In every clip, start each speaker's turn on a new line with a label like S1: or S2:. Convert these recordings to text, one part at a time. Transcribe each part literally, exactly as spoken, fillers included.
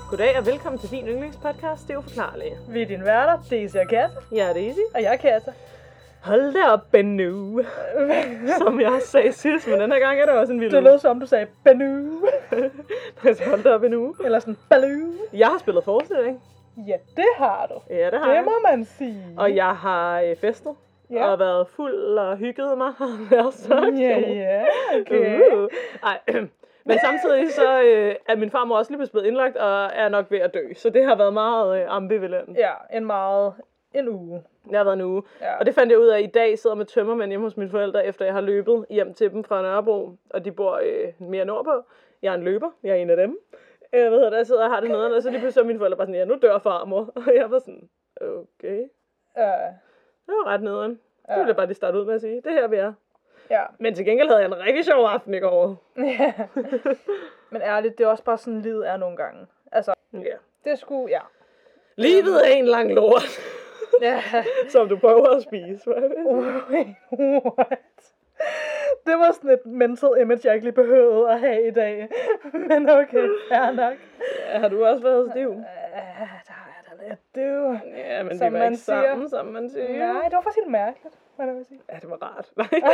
S1: Goddag og velkommen til din yndlingspodcast, Det Uforklarlige.
S2: Vi er dine værter, Daisy og Katta.
S1: Jeg er Daisy.
S2: Og jeg er Katta.
S1: Hold da op, Bennu. Som jeg sagde sidst, men den her gang er det også en vild.
S2: Det lød som, du sagde Bennu.
S1: Hold da op, Bennu.
S2: Eller sådan, Baloo.
S1: Jeg har spillet forestilling.
S2: Ja, det har du.
S1: Ja, det har
S2: det
S1: jeg.
S2: må man sige.
S1: Og jeg har øh, festet.
S2: Ja.
S1: Og været fuld og hygget mig. Og sagt.
S2: Ja, ja, okay.
S1: Uh. Ej, men samtidig så øh, er min farmor også lige blevet indlagt og er nok ved at dø. Så det har været meget øh, ambivalent.
S2: Ja, en meget, en uge.
S1: Det har været en uge.
S2: Ja.
S1: Og det fandt jeg ud af i dag, sidder med tømmermænd hjemme hos mine forældre, efter jeg har løbet hjem til dem fra Nørrebro. Og de bor øh, mere nordpå. Jeg er en løber. Jeg er en af dem. Jeg ved, jeg sidder og har det nede, og så lige pludselig er mine forældre bare sådan, ja, nu dør farmor. Og jeg var sådan, okay.
S2: Ja.
S1: Det var ret nederen.
S2: Ja.
S1: Det ville jeg bare lige starte ud med at sige. Det her vi er.
S2: Ja.
S1: Men til gengæld havde jeg en rigtig sjov aften i går.
S2: Ja. Men ærligt, det er også bare sådan, livet er nogle gange. Altså,
S1: Ja.
S2: det skulle, ja.
S1: Livet er en lang lort.
S2: Ja.
S1: Som du prøver at spise.
S2: What? Det var sådan et mental image, jeg ikke lige behøvede at have i dag. Men okay, fair nok.
S1: Ja, har du også været stiv?
S2: Ja, der er der lidt, du.
S1: Ja, men
S2: Som
S1: vi var
S2: man
S1: ikke
S2: siger.
S1: sammen, som man siger.
S2: Nej, det var faktisk helt mærkeligt, hvad jeg vil sige.
S1: Ja, det var rart.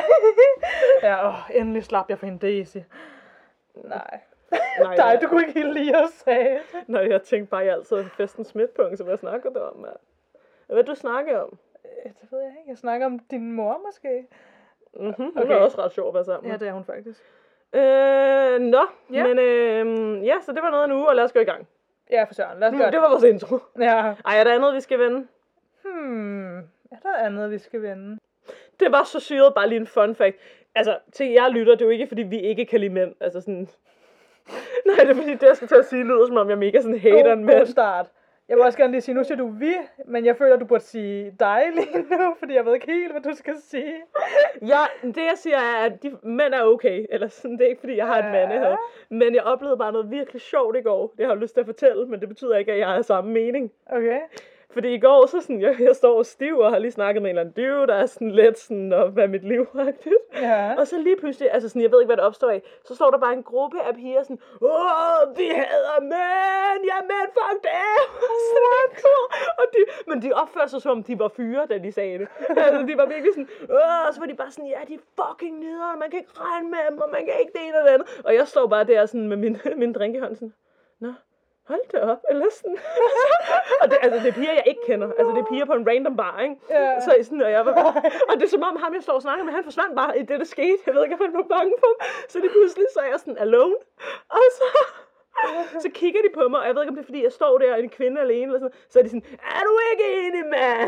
S2: Ja, åh, endelig slap jeg for en Daisy. Nej.
S1: Nej,
S2: Nej,
S1: ja.
S2: du kunne ikke helt lide at sige.
S1: Nå, jeg tænkte bare, at jeg altid havde festens midtpunkt, så hvad snakker du om, mand? Hvad du snakker om?
S2: Det ved jeg ikke. Jeg snakker om din mor, måske.
S1: Mhm, hun
S2: Okay.
S1: er også ret sjov at være sammen
S2: Ja,
S1: med.
S2: det er hun faktisk.
S1: Øh, nå,
S2: Ja.
S1: men øh, ja, så det var noget af en uge, og lad os gå i gang.
S2: Ja, for søren. Lad os
S1: Nu,
S2: gøre
S1: det
S2: det.
S1: var vores intro.
S2: Ja.
S1: Ej, er der andet, vi skal vende?
S2: Hmm. Er der andet, vi skal vende?
S1: Det var så syret, bare lige en fun fact. Altså, til jer lytter, det er jo ikke, fordi vi ikke kan lide mænd. Altså sådan... Nej, det er fordi, det jeg skal til at sige, lyder som om jeg er mega sådan hater en
S2: God,
S1: mænd.
S2: god start. Jeg vil også gerne lige sige, nu siger du vi, men jeg føler, du burde sige dig lige nu, fordi jeg ved ikke helt, hvad du skal sige.
S1: Ja, det jeg siger er, at de mænd er okay. Eller sådan, det er ikke fordi, jeg har et mandehad. Men jeg oplevede bare noget virkelig sjovt i går. Det har jeg lyst til at fortælle, men det betyder ikke, at jeg har samme mening.
S2: Okay.
S1: Fordi i går, så sådan, jeg, jeg står stiv og har lige snakket med en eller anden dude, der er sådan lidt sådan, og hvad er mit liv-agtigt.
S2: Ja.
S1: Og så lige pludselig, altså sådan, jeg ved ikke, hvad det opstår af, så står der bare en gruppe af piger sådan, åh, vi hader mænd, ja mænd, fuck dem. Og de, men de opførte sig som om, de var fyre, da de sagde det. Altså, de var virkelig sådan, åh, og så var de bare sådan, ja, de er fucking nederen, man kan ikke regne med dem, og man kan ikke det ene eller det andet. Og jeg står bare der sådan med min, min drink i hånden sådan, nå. Hold da op, eller sådan. Og det, altså, det er piger, jeg ikke kender. Altså, det er piger på en random bar, ikke?
S2: Ja.
S1: Så sådan, og jeg var bare... Og det er som om ham, jeg står og snakker med, han forsvandt bare i det, der skete. Jeg ved ikke, om han var bange for ham. Så lige pludselig, så er jeg sådan alone. Og så... Så kigger de på mig, og jeg ved ikke, om det er, fordi jeg står der, og en kvinde alene, eller sådan. Så er de sådan, er du ikke enig, mand?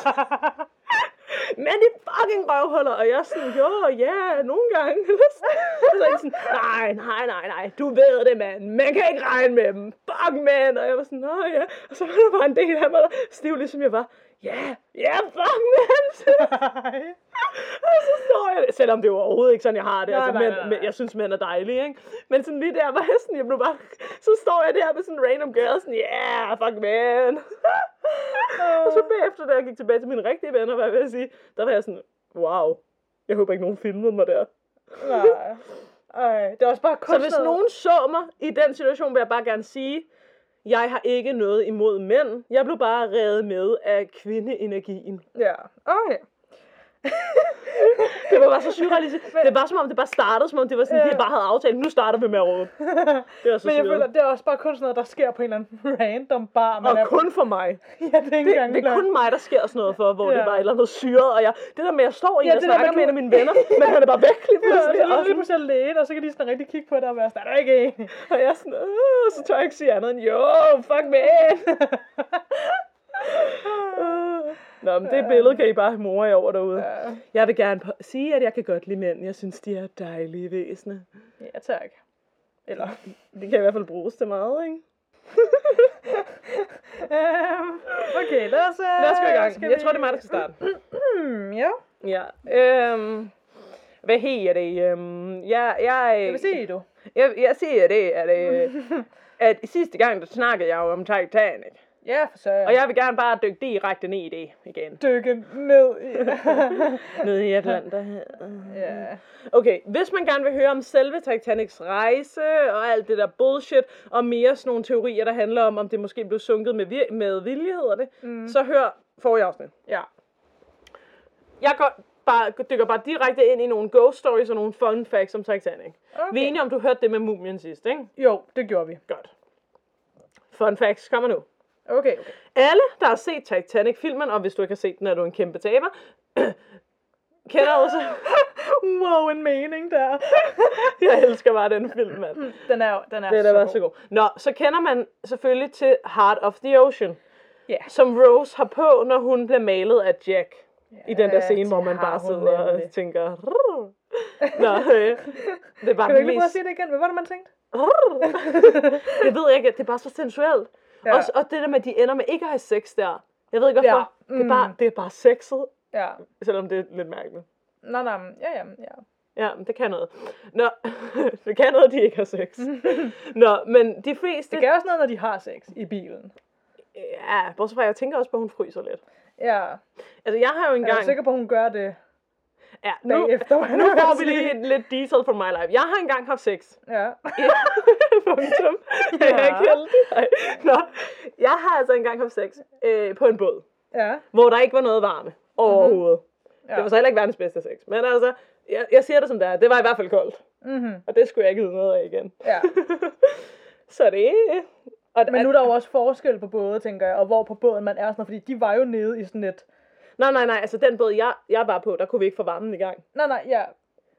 S1: Men de fucking røvhuller, og jeg er sådan, jo, ja, nogle gange. Og så er de sådan, nej, nej, nej, nej, du ved det, mand. Man kan ikke regne med dem. Fuck, mand. Og jeg var sådan, nå ja. Og så var der bare en del af mig, der stiv, ligesom jeg var. Ja, ja, fuck, mand. Og så står jeg, selvom det er overhovedet ikke sådan, jeg har det.
S2: Nej,
S1: Altså,
S2: nej,
S1: mænd,
S2: nej, nej.
S1: jeg synes, mænd er dejlige, ikke? Men sådan lige der var jeg sådan, jeg blev bare, så står jeg der med sådan en random girl, sådan, yeah, fuck, man. Og så bagefter, da jeg gik tilbage til mine rigtige venner, hvad vil jeg sige, der var jeg sådan, wow, jeg håber ikke, nogen filmede mig der.
S2: Nej. Ej, det er også bare kun
S1: Så hvis
S2: noget-
S1: nogen så mig i den situation, vil jeg bare gerne sige, jeg har ikke noget imod mænd. Jeg blev bare revet med af kvindeenergien.
S2: Ja, okay.
S1: Det var bare så surrealistisk. Det var som om, det bare startede, som om det var sådan,
S2: Ja.
S1: de bare havde aftalt, nu starter vi med at råbe. Det var så
S2: Men jeg
S1: syret.
S2: føler, det er også bare kun sådan noget, der sker på en eller anden random bar. Man
S1: Og
S2: er
S1: kun for mig.
S2: Ja, det er ikke
S1: Det,
S2: engang
S1: det er kun mig, der sker sådan noget for, hvor
S2: Ja.
S1: det bare er et eller andet syret. Og jeg, det der med, at jeg står i
S2: Ja,
S1: og
S2: det der
S1: snakker
S2: med,
S1: med en
S2: du-
S1: af mine venner, men han er bare væk lige
S2: Ja,
S1: pludselig.
S2: så
S1: og,
S2: lige
S1: sådan,
S2: pludselig alene, og så kan de sådan rigtig kigge på dig og være sådan, er du ikke enig?
S1: og jeg er sådan, øh, så tør jeg ikke sige andet end, jo, fuck man. Øh. Nå, men det billede kan I bare more over derude.
S2: Ja.
S1: Jeg vil gerne på- sige, at jeg kan godt lide mænd. Jeg synes, de er dejlige væsener.
S2: Ja, tak. Eller...
S1: Det kan i hvert fald bruges til meget, ikke?
S2: øhm, okay, lad os... Uh,
S1: Lad os gå i gang.
S2: skal
S1: Jeg
S2: vi-
S1: tror, det er mig, der skal starte.
S2: Hmm, ja.
S1: Ja. Øhm, hvad hedder det? Øhm, jeg, jeg,
S2: Jeg vil sige, du.
S1: jeg, jeg siger det, at, øh, at sidste gang, der snakkede jeg jo om Titanic.
S2: Ja, for så.
S1: Og jeg vil gerne bare dykke direkte ned i det igen.
S2: Dykke ned i...
S1: Ned i Atlanten.
S2: Ja.
S1: Okay, hvis man gerne vil høre om selve Titanics rejse og alt det der bullshit, og mere sådan nogle teorier, der handler om, om det måske blev sunket med, vir- med vilje, hedder det, mm. så hør forrige afsnit.
S2: Ja.
S1: Jeg går bare, dykker bare direkte ind i nogle ghost stories og nogle fun facts om Titanic.
S2: Okay.
S1: Vi er enige om, du hørte det med mumien sidst, ikke?
S2: Jo, det gjorde vi.
S1: Godt. Fun facts kommer nu.
S2: Okay, okay.
S1: Alle, der har set Titanic-filmen, og hvis du ikke har set den, er du en kæmpe taber, kender også...
S2: wow, en mening der.
S1: Jeg elsker bare den film, mand.
S2: Den er, den er,
S1: Den er
S2: så,
S1: bare
S2: god.
S1: så god. Nå, så kender man selvfølgelig til Heart of the Ocean.
S2: Ja.
S1: Som Rose har på, når hun bliver malet af Jack.
S2: Ja,
S1: I den der scene, hvor
S2: det
S1: man
S2: har
S1: bare
S2: hun
S1: sidder og
S2: nemlig.
S1: tænker... Nå, øh, det er bare
S2: Kan du ikke lige
S1: mest...
S2: prøve at sige det igen? Hvad var det, man tænkte?
S1: Jeg ved ikke, det er bare så sensuelt.
S2: Ja.
S1: Også, og det der med, at de ender med ikke at have sex der. Jeg ved ikke hvorfor.
S2: Ja.
S1: Det, er bare, det er bare sexet.
S2: Ja.
S1: Selvom det er lidt mærkeligt.
S2: Nå, nå, men- ja, ja, ja.
S1: Ja, men det kan noget. Nå, det kan noget, de ikke har sex. Nå, men de fleste...
S2: Det kan også noget, når de har sex i bilen.
S1: Ja, bortset fra, jeg tænker også på, at hun fryser lidt.
S2: Ja.
S1: Altså, jeg har jo
S2: Jeg er
S1: engang...
S2: sikker på, at hun gør det
S1: Ja, nu,
S2: bagefter.
S1: nu får vi lige et, lidt detail from my life. Jeg har engang haft sex.
S2: Ja.
S1: Punktum.
S2: Ja.
S1: Jeg er ikke heldig. Nej. Nå, jeg har altså engang haft sex øh, på en båd,
S2: Ja.
S1: hvor der ikke var noget varme overhovedet.
S2: Ja.
S1: Det var så heller ikke verdens bedste sex. Men altså, jeg, jeg siger det som det er. Det var i hvert fald koldt.
S2: Mm-hmm.
S1: Og det skulle jeg ikke vide noget af igen.
S2: Ja.
S1: Så det og
S2: Men nu er der jo også forskel på både, tænker jeg, og hvor på båden man er sådan noget, fordi de var jo nede i sådan et...
S1: Nej, nej, nej, altså den båd, jeg, jeg var på, der kunne vi ikke få varmen i gang.
S2: Nej, nej, ja.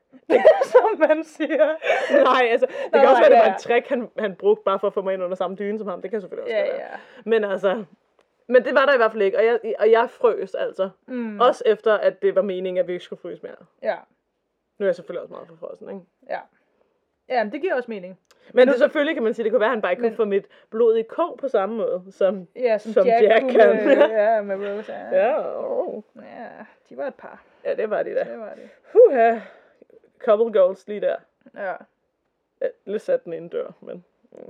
S2: Som man siger.
S1: Nej, altså, det
S2: Nå,
S1: kan også
S2: nej,
S1: være, det
S2: ja,
S1: var
S2: ja.
S1: en trick, han, han brugte bare for at få mig ind under samme dyne som ham. Det kan selvfølgelig også
S2: Ja,
S1: godt være.
S2: ja.
S1: Men altså, men det var der i hvert fald ikke, og jeg, og jeg frøs altså.
S2: Mm.
S1: Også efter, at det var meningen, at vi ikke skulle fryse mere.
S2: Ja.
S1: Nu er jeg selvfølgelig også meget forfrossen, ikke?
S2: Ja. Ja, men det giver også mening.
S1: Men det selvfølgelig kan man sige, det kunne være, at han bare ikke
S2: Men-
S1: kunne få mit blod i kog på samme måde, som,
S2: Ja, som,
S1: som
S2: Jack,
S1: Jack
S2: kunne
S1: kan.
S2: Med, ja, med Rose. Ja.
S1: Ja, åh.
S2: Ja, de var et par.
S1: Ja, det var de da.
S2: Det var det.
S1: Huha. Couple goals lige der.
S2: Ja.
S1: Ja, lidt sat den ind dør, men...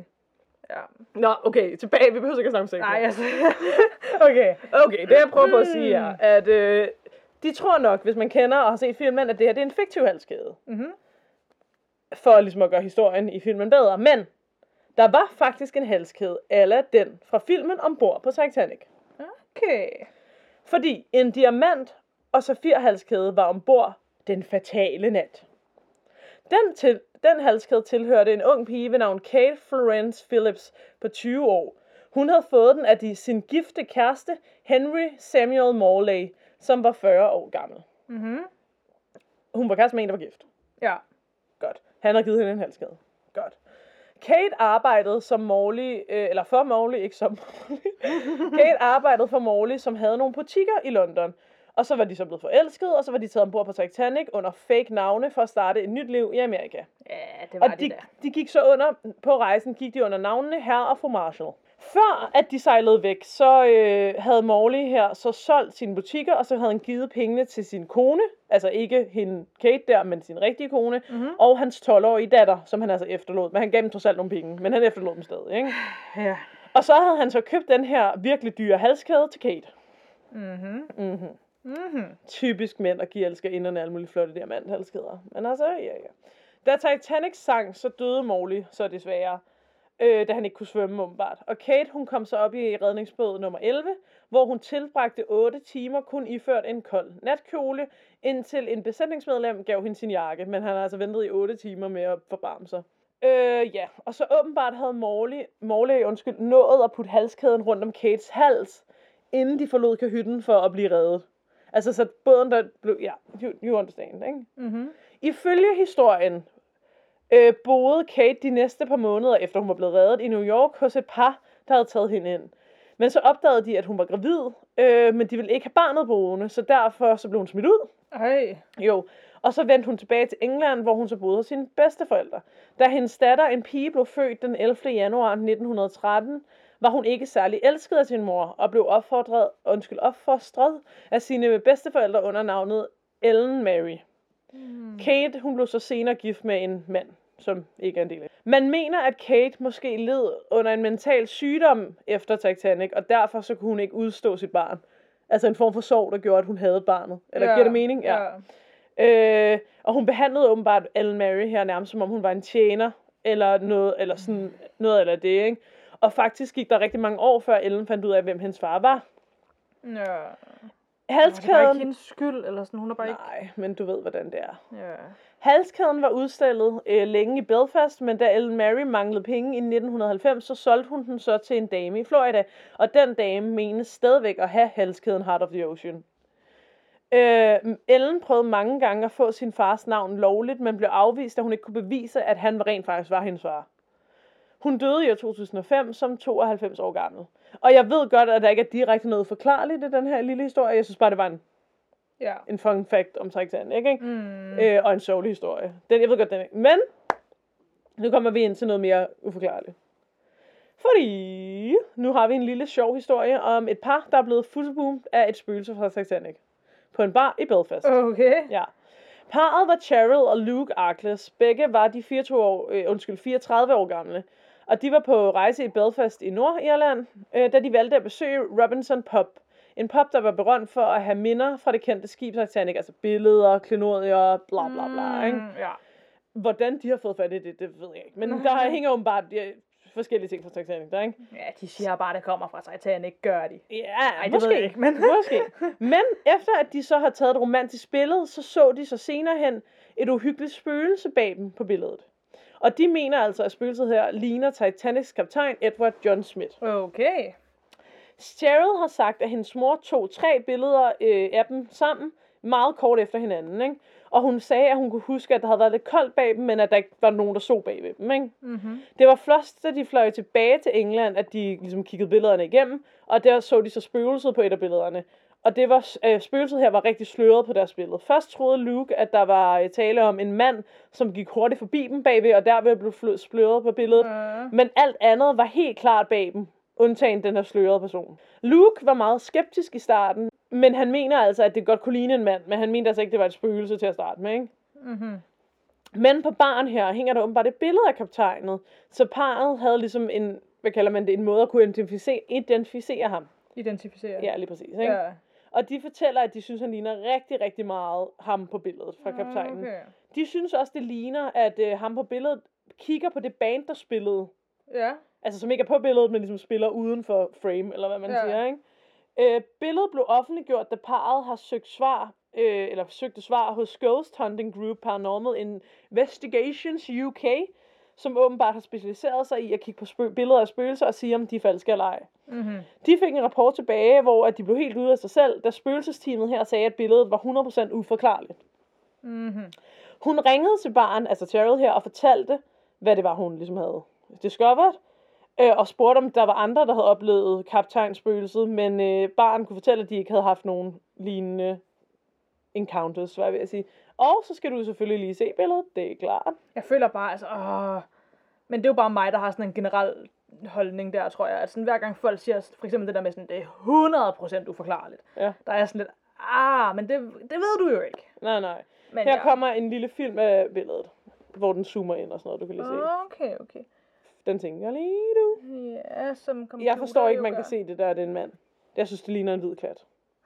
S2: Ja.
S1: Nå, okay, tilbage. Vi behøver ikke at snakke om sex.
S2: Nej, altså. Okay.
S1: Okay, det jeg prøver på at sige er, at øh, de tror nok, hvis man kender og har set filmen, at det her det er en fiktiv halskæde.
S2: Mhm.
S1: For ligesom at gøre historien i filmen bedre. Men der var faktisk en halskæde, ala den fra filmen Ombord på Titanic.
S2: Okay.
S1: Fordi en diamant og safirhalskæde var ombord den fatale nat. Den, til, den halskæde tilhørte en ung pige ved navn Kate Florence Phillips på tyve år. Hun havde fået den af de, sin gifte kæreste Henry Samuel Morley, som var fyrre år gammel.
S2: Mhm.
S1: Hun var kæreste med en, der var gift.
S2: Ja.
S1: Godt. Han har givet hende en halskæde. Godt. Kate arbejdede som Morley, øh, eller for Morley, ikke som Morley. Kate arbejdede for Morley, som havde nogle butikker i London. Og så var de så blevet forelsket, og så var de taget ombord på Titanic under fake navne for at starte et nyt liv i Amerika.
S2: Ja, det var
S1: Og
S2: det
S1: de,
S2: der.
S1: de gik så under, på rejsen gik de under navnene Herr og Fru Marshall. Før at de sejlede væk, så øh, havde Morley her så solgt sine butikker, og så havde han givet pengene til sin kone, altså ikke hende Kate der, men sin rigtige kone,
S2: Mhm.
S1: og hans tolv-årige datter, som han altså efterlod. Men han gav dem trods alt nogle penge, men han efterlod dem stadig, ikke?
S2: Ja.
S1: Og så havde han så købt den her virkelig dyre halskæde til Kate.
S2: Mhm.
S1: Mhm.
S2: Mhm.
S1: Typisk mænd, og giver elsker inderne alle mulige flotte diamanthalskæder. Men altså, ja, ja. Da Titanic sank, så døde Morley så desværre, øh, da han ikke kunne svømme åbenbart. Og Kate, hun kom så op i redningsbåd nummer elleve, hvor hun tilbragte otte timer kun iført en kold natkjole, indtil en besætningsmedlem gav hende sin jakke, men han har altså ventet i otte timer med at forbarme sig. Øh, ja, og så åbenbart havde Morley, Morley undskyld, nået at putte halskæden rundt om Kates hals, inden de forlod kahytten for at blive reddet. Altså, så båden der blev, ja, you, you understand, ikke?
S2: Mhm.
S1: Ifølge historien øh, boede Kate de næste par måneder, efter hun var blevet reddet i New York, hos et par, der havde taget hende ind. Men så opdagede de, at hun var gravid, øh, men de ville ikke have barnet boende, så derfor så blev hun smidt ud.
S2: Ej.
S1: Jo, og så vendte hun tilbage til England, hvor hun så boede hos sine bedsteforældre. Da hendes datter, en pige, blev født den ellevte januar nitten tretten, var hun ikke særlig elsket af sin mor, og blev opfordret, undskyld, opfostret af sine bedsteforældre under navnet Ellen Mary.
S2: Mm.
S1: Kate, hun blev så senere gift med en mand som ikke er en del af. Man mener, at Kate måske led under en mental sygdom efter Titanic, og derfor så kunne hun ikke udstå sit barn. Altså en form for sorg, der gjorde, at hun havde barnet. Eller
S2: ja,
S1: giver det mening?
S2: Ja.
S1: ja. Øh, og hun behandlede åbenbart Ellen Mary her nærmest, som om hun var en tjener, eller noget, eller sådan noget eller det, ikke? Og faktisk gik der rigtig mange år, før Ellen fandt ud af, hvem hendes far var.
S2: Ja.
S1: Halskæden...
S2: Det var ikke hendes skyld, eller sådan, hun er bare ikke...
S1: Nej, men du ved, hvordan det er.
S2: Ja.
S1: Halskæden var udstillet øh, længe i Belfast, men da Ellen Mary manglede penge i nitten halvfems, så solgte hun den så til en dame i Florida, og den dame menes stadigvæk at have halskæden Heart of the Ocean. Øh, Ellen prøvede mange gange at få sin fars navn lovligt, men blev afvist, da hun ikke kunne bevise, at han rent faktisk var hendes far. Hun døde i to tusind og fem som tooghalvfems år gammel. Og jeg ved godt, at der ikke er direkte noget forklarligt i den her lille historie. Jeg synes bare, det var en,
S2: ja.
S1: en fun fact om Titanic, ikke?
S2: Mm.
S1: Øh, og en sørgelig historie. Den, jeg ved godt, den er. Men nu kommer vi ind til noget mere uforklarligt. Fordi nu har vi en lille sjov historie om et par, der er blevet fuldboomet af et spøgelse fra Titanic. På en bar i Belfast.
S2: Okay.
S1: Ja. Parret var Cheryl og Luke Arkless. Begge var de fireogtyve år, øh, undskyld, fireogtredive år gamle. Og de var på rejse i Belfast i Nordirland, øh, da de valgte at besøge Robinson Pub. En pub, der var berømt for at have minder fra det kendte skib Titanic. Altså billeder, klenodier, bla bla bla. Ikke?
S2: Mm, ja.
S1: Hvordan de har fået fat i det, det ved jeg ikke. Men der hænger åbenbart ja, forskellige ting fra Titanic der, ikke?
S2: Ja, de siger bare, at det kommer fra Titanic. Gør de.
S1: Ja,
S2: Ej, det
S1: måske.
S2: ved jeg ikke, men...
S1: måske. Men efter at de så har taget et romantisk billede, så så de så senere hen et uhyggeligt spøgelse bag dem på billedet. Og de mener altså, at spøgelset her ligner Titanics kaptajn Edward John Smith.
S2: Okay.
S1: Cheryl har sagt, at hendes mor tog tre billeder øh, af dem sammen, meget kort efter hinanden, ikke? Og hun sagde, at hun kunne huske, at der havde været lidt koldt bag dem, men at der ikke var nogen, der så bag ved dem, ikke?
S2: Mm-hmm.
S1: Det var først, da de fløj tilbage til England, at de ligesom kiggede billederne igennem, og der så de så spøgelset på et af billederne. Og det var, øh, spøgelset her var rigtig sløret på deres billede. Først troede Luke, at der var øh, tale om en mand, som gik hurtigt forbi dem bagved, og derved blev sløret på billedet.
S2: Uh.
S1: Men alt andet var helt klart bag dem, undtagen den her slørede person. Luke var meget skeptisk i starten, men han mener altså, at det godt kunne ligne en mand, men han mente altså ikke, det var et spøgelse til at starte med, ikke?
S2: Mm-hmm.
S1: Men på baren her hænger der åbenbart et billede af kaptajnet, så parret havde ligesom en, hvad kalder man det, en måde at kunne identificere, identificere ham.
S2: Identificere.
S1: Ja, lige præcis, ikke?
S2: Ja.
S1: Og de fortæller, at de synes, han ligner rigtig, rigtig meget ham på billedet fra kaptajnen.
S2: Okay.
S1: De synes også, det ligner, at øh, ham på billedet kigger på det band, der spillede.
S2: Ja.
S1: Altså, som ikke er på billedet, men ligesom spiller uden for frame, eller hvad man
S2: ja.
S1: siger, ikke? Øh, billedet blev offentliggjort, da parret har søgt svar, øh, eller søgte svar hos Ghost Hunting Group Paranormal Investigations U K, som åbenbart har specialiseret sig i at kigge på spø- billeder af spøgelser og sige, om de er falske eller ej.
S2: Mm-hmm.
S1: De fik en rapport tilbage, hvor at de blev helt ude af sig selv, da spøgelsesteamet her sagde, at billedet var hundrede procent uforklarligt.
S2: Mm-hmm.
S1: Hun ringede til baren, altså Cheryl her, og fortalte, hvad det var, hun ligesom havde discovered, øh, og spurgte, om der var andre, der havde oplevet kaptajnspøgelset, men øh, baren kunne fortælle, at de ikke havde haft nogen lignende encounters, hvad jeg vil sige. Og så skal du selvfølgelig lige se billedet, det er klart.
S2: Jeg føler bare, altså, åh. Men det er jo bare mig, der har sådan en generel holdning der, tror jeg. At sådan, hver gang folk siger, for eksempel det der med sådan, det er hundrede procent uforklarligt.
S1: Ja.
S2: Der er sådan lidt, ah, men det, det ved du jo ikke.
S1: Nej, nej.
S2: Men
S1: Her
S2: ja.
S1: kommer en lille film af billedet, hvor den zoomer ind og sådan noget, du kan lige se.
S2: Okay, okay.
S1: Den tænker jeg lige, du.
S2: Ja, som computer.
S1: Jeg forstår ikke, man kan se det der, det er en mand. Jeg synes, det ligner en hvid klat.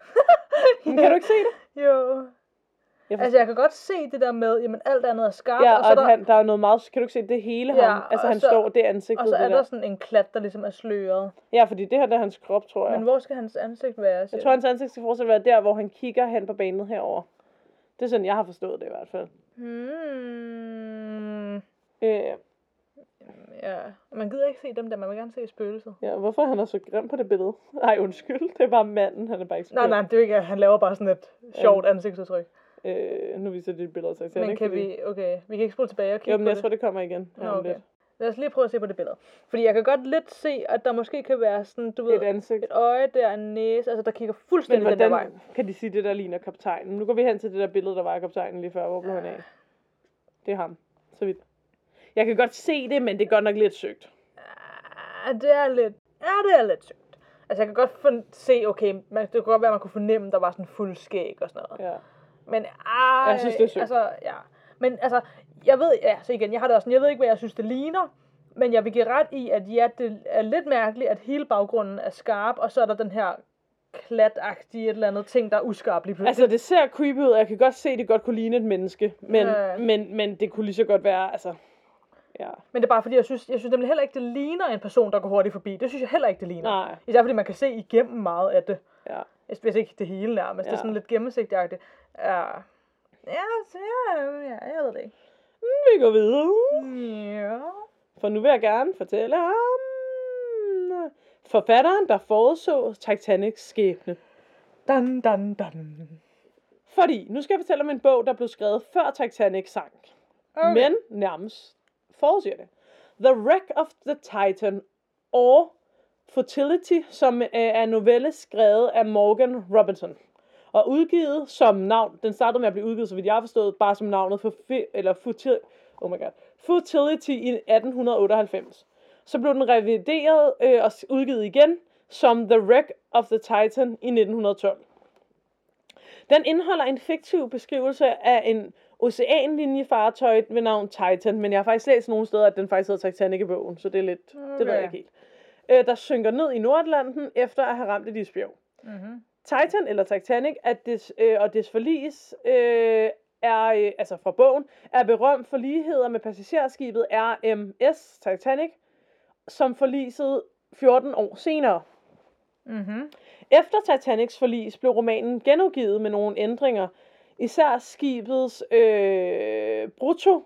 S1: Men kan du ikke se det?
S2: Jo.
S1: Jeg
S2: Altså, jeg kan godt se det der med, jamen alt andet er skarpt.
S1: Ja,
S2: og,
S1: og,
S2: så
S1: og
S2: der,
S1: han, der er noget meget, kan du ikke se, det er hele
S2: Ja,
S1: ham. Altså,
S2: og
S1: han
S2: så-
S1: står, det er ansigtet.
S2: og så er
S1: det
S2: der
S1: der.
S2: sådan en klat, der ligesom er sløret.
S1: Ja, fordi det her, der er hans krop, tror jeg.
S2: Men hvor skal hans ansigt være?
S1: Jeg
S2: siger
S1: tror, hans ansigt skal fortsat være der, hvor han kigger hen på banen herover. Det er sådan, jeg har forstået det i hvert fald.
S2: du? Hmm.
S1: Øh,
S2: Ja, man gider ikke se dem der, man vil gerne se spøgelset.
S1: ja, hvorfor er han er så grim på det billede? Ej, undskyld, det er bare manden, han er bare ikke så
S2: Nej,
S1: grim.
S2: nej, det er jo ikke, han laver bare sådan et sjovt ansigtsudtryk.
S1: Øh, nu viser de et billede af Titanic.
S2: Men kan
S1: fordi...
S2: vi, okay, vi kan ikke spole tilbage og kigge
S1: Jo, men
S2: på
S1: jeg
S2: det.
S1: tror, det kommer igen.
S2: Nå,
S1: Ja,
S2: okay.
S1: lidt.
S2: Lad os lige prøve at se på det billede. Fordi jeg kan godt lidt se, at der måske kan være sådan, du ved,
S1: Et ansigt.
S2: et øje der, en næse, altså der kigger
S1: Men
S2: fuldstændig den der vej.
S1: hvordan kan de sige, det der ligner kaptajnen? Nu går vi hen til det der billede, der var af kaptajnen lige før. Hvor blev han af? Det er ham. Så vidt. Jeg kan godt se det, men det er godt nok lidt søgt.
S2: Ja, det er lidt, ja, det er lidt sygt. Altså jeg kan godt for, se, okay, man, det kunne godt være, at man kunne fornemme, at der var sådan fuld skæg og sådan noget.
S1: Ja.
S2: Men ej,
S1: Jeg synes, det er sygt.
S2: altså, ja. Men altså, jeg ved, ja, så igen, jeg har det også sådan, jeg ved ikke, hvad jeg synes, det ligner, men jeg vil give ret i, at ja, det er lidt mærkeligt, at hele baggrunden er skarp, og så er der den her klatagtige et eller andet ting, der er uskarp lige pludselig.
S1: Altså, det ser creepy ud, og jeg kan godt se, at det godt kunne ligne et menneske, men,
S2: Ja.
S1: men, men det kunne lige så godt være, altså, ja.
S2: Men det er bare fordi, jeg synes, jeg synes nemlig heller ikke, det ligner en person, der går hurtigt forbi. Det synes jeg heller ikke, det ligner.
S1: Nej.
S2: Især fordi man kan se igennem meget af det.
S1: Ja.
S2: Hvis ikke det hele nærmest. Ja. Det er sådan lidt gennemsigtigt. Ja. Ja, så ja, ja, jeg ved det ikke.
S1: Vi går videre.
S2: Ja.
S1: For nu vil jeg gerne fortælle om forfatteren, der forudså Titanics skæbne.
S2: Dan, dan, dan.
S1: Fordi, nu skal jeg fortælle om en bog, der blev skrevet før Titanic sank. Okay. Men nærmest forudsiger det. The Wreck of the Titan, og Futility, som er en novelle skrevet af Morgan Robinson. Og udgivet som navn, den startede med at blive udgivet, så vidt jeg har forstået, bare som navnet for, eller Futil, oh my god, Futility i atten otteoghalvfems. Så blev den revideret øh, og udgivet igen som The Wreck of the Titan i nitten tolv. Den indeholder en fiktiv beskrivelse af en oceanlinjefartøj ved navn Titan, men jeg har faktisk læst nogle steder, at den faktisk hedder Titanic i bogen, så det er lidt, okay. Det ved jeg ikke helt. Øh, der synker ned i Nordatlanten efter at have ramt et isbjerg. Mm-hmm. Titan, eller Titanic, at des, øh, og dets forlis øh, er, øh, altså fra bogen, er berømt for ligheder med passagerskibet R M S Titanic, som forlisede fjorten år senere. Mm-hmm. Efter Titanics forlis blev romanen genudgivet med nogle ændringer, især skibets øh, brutto,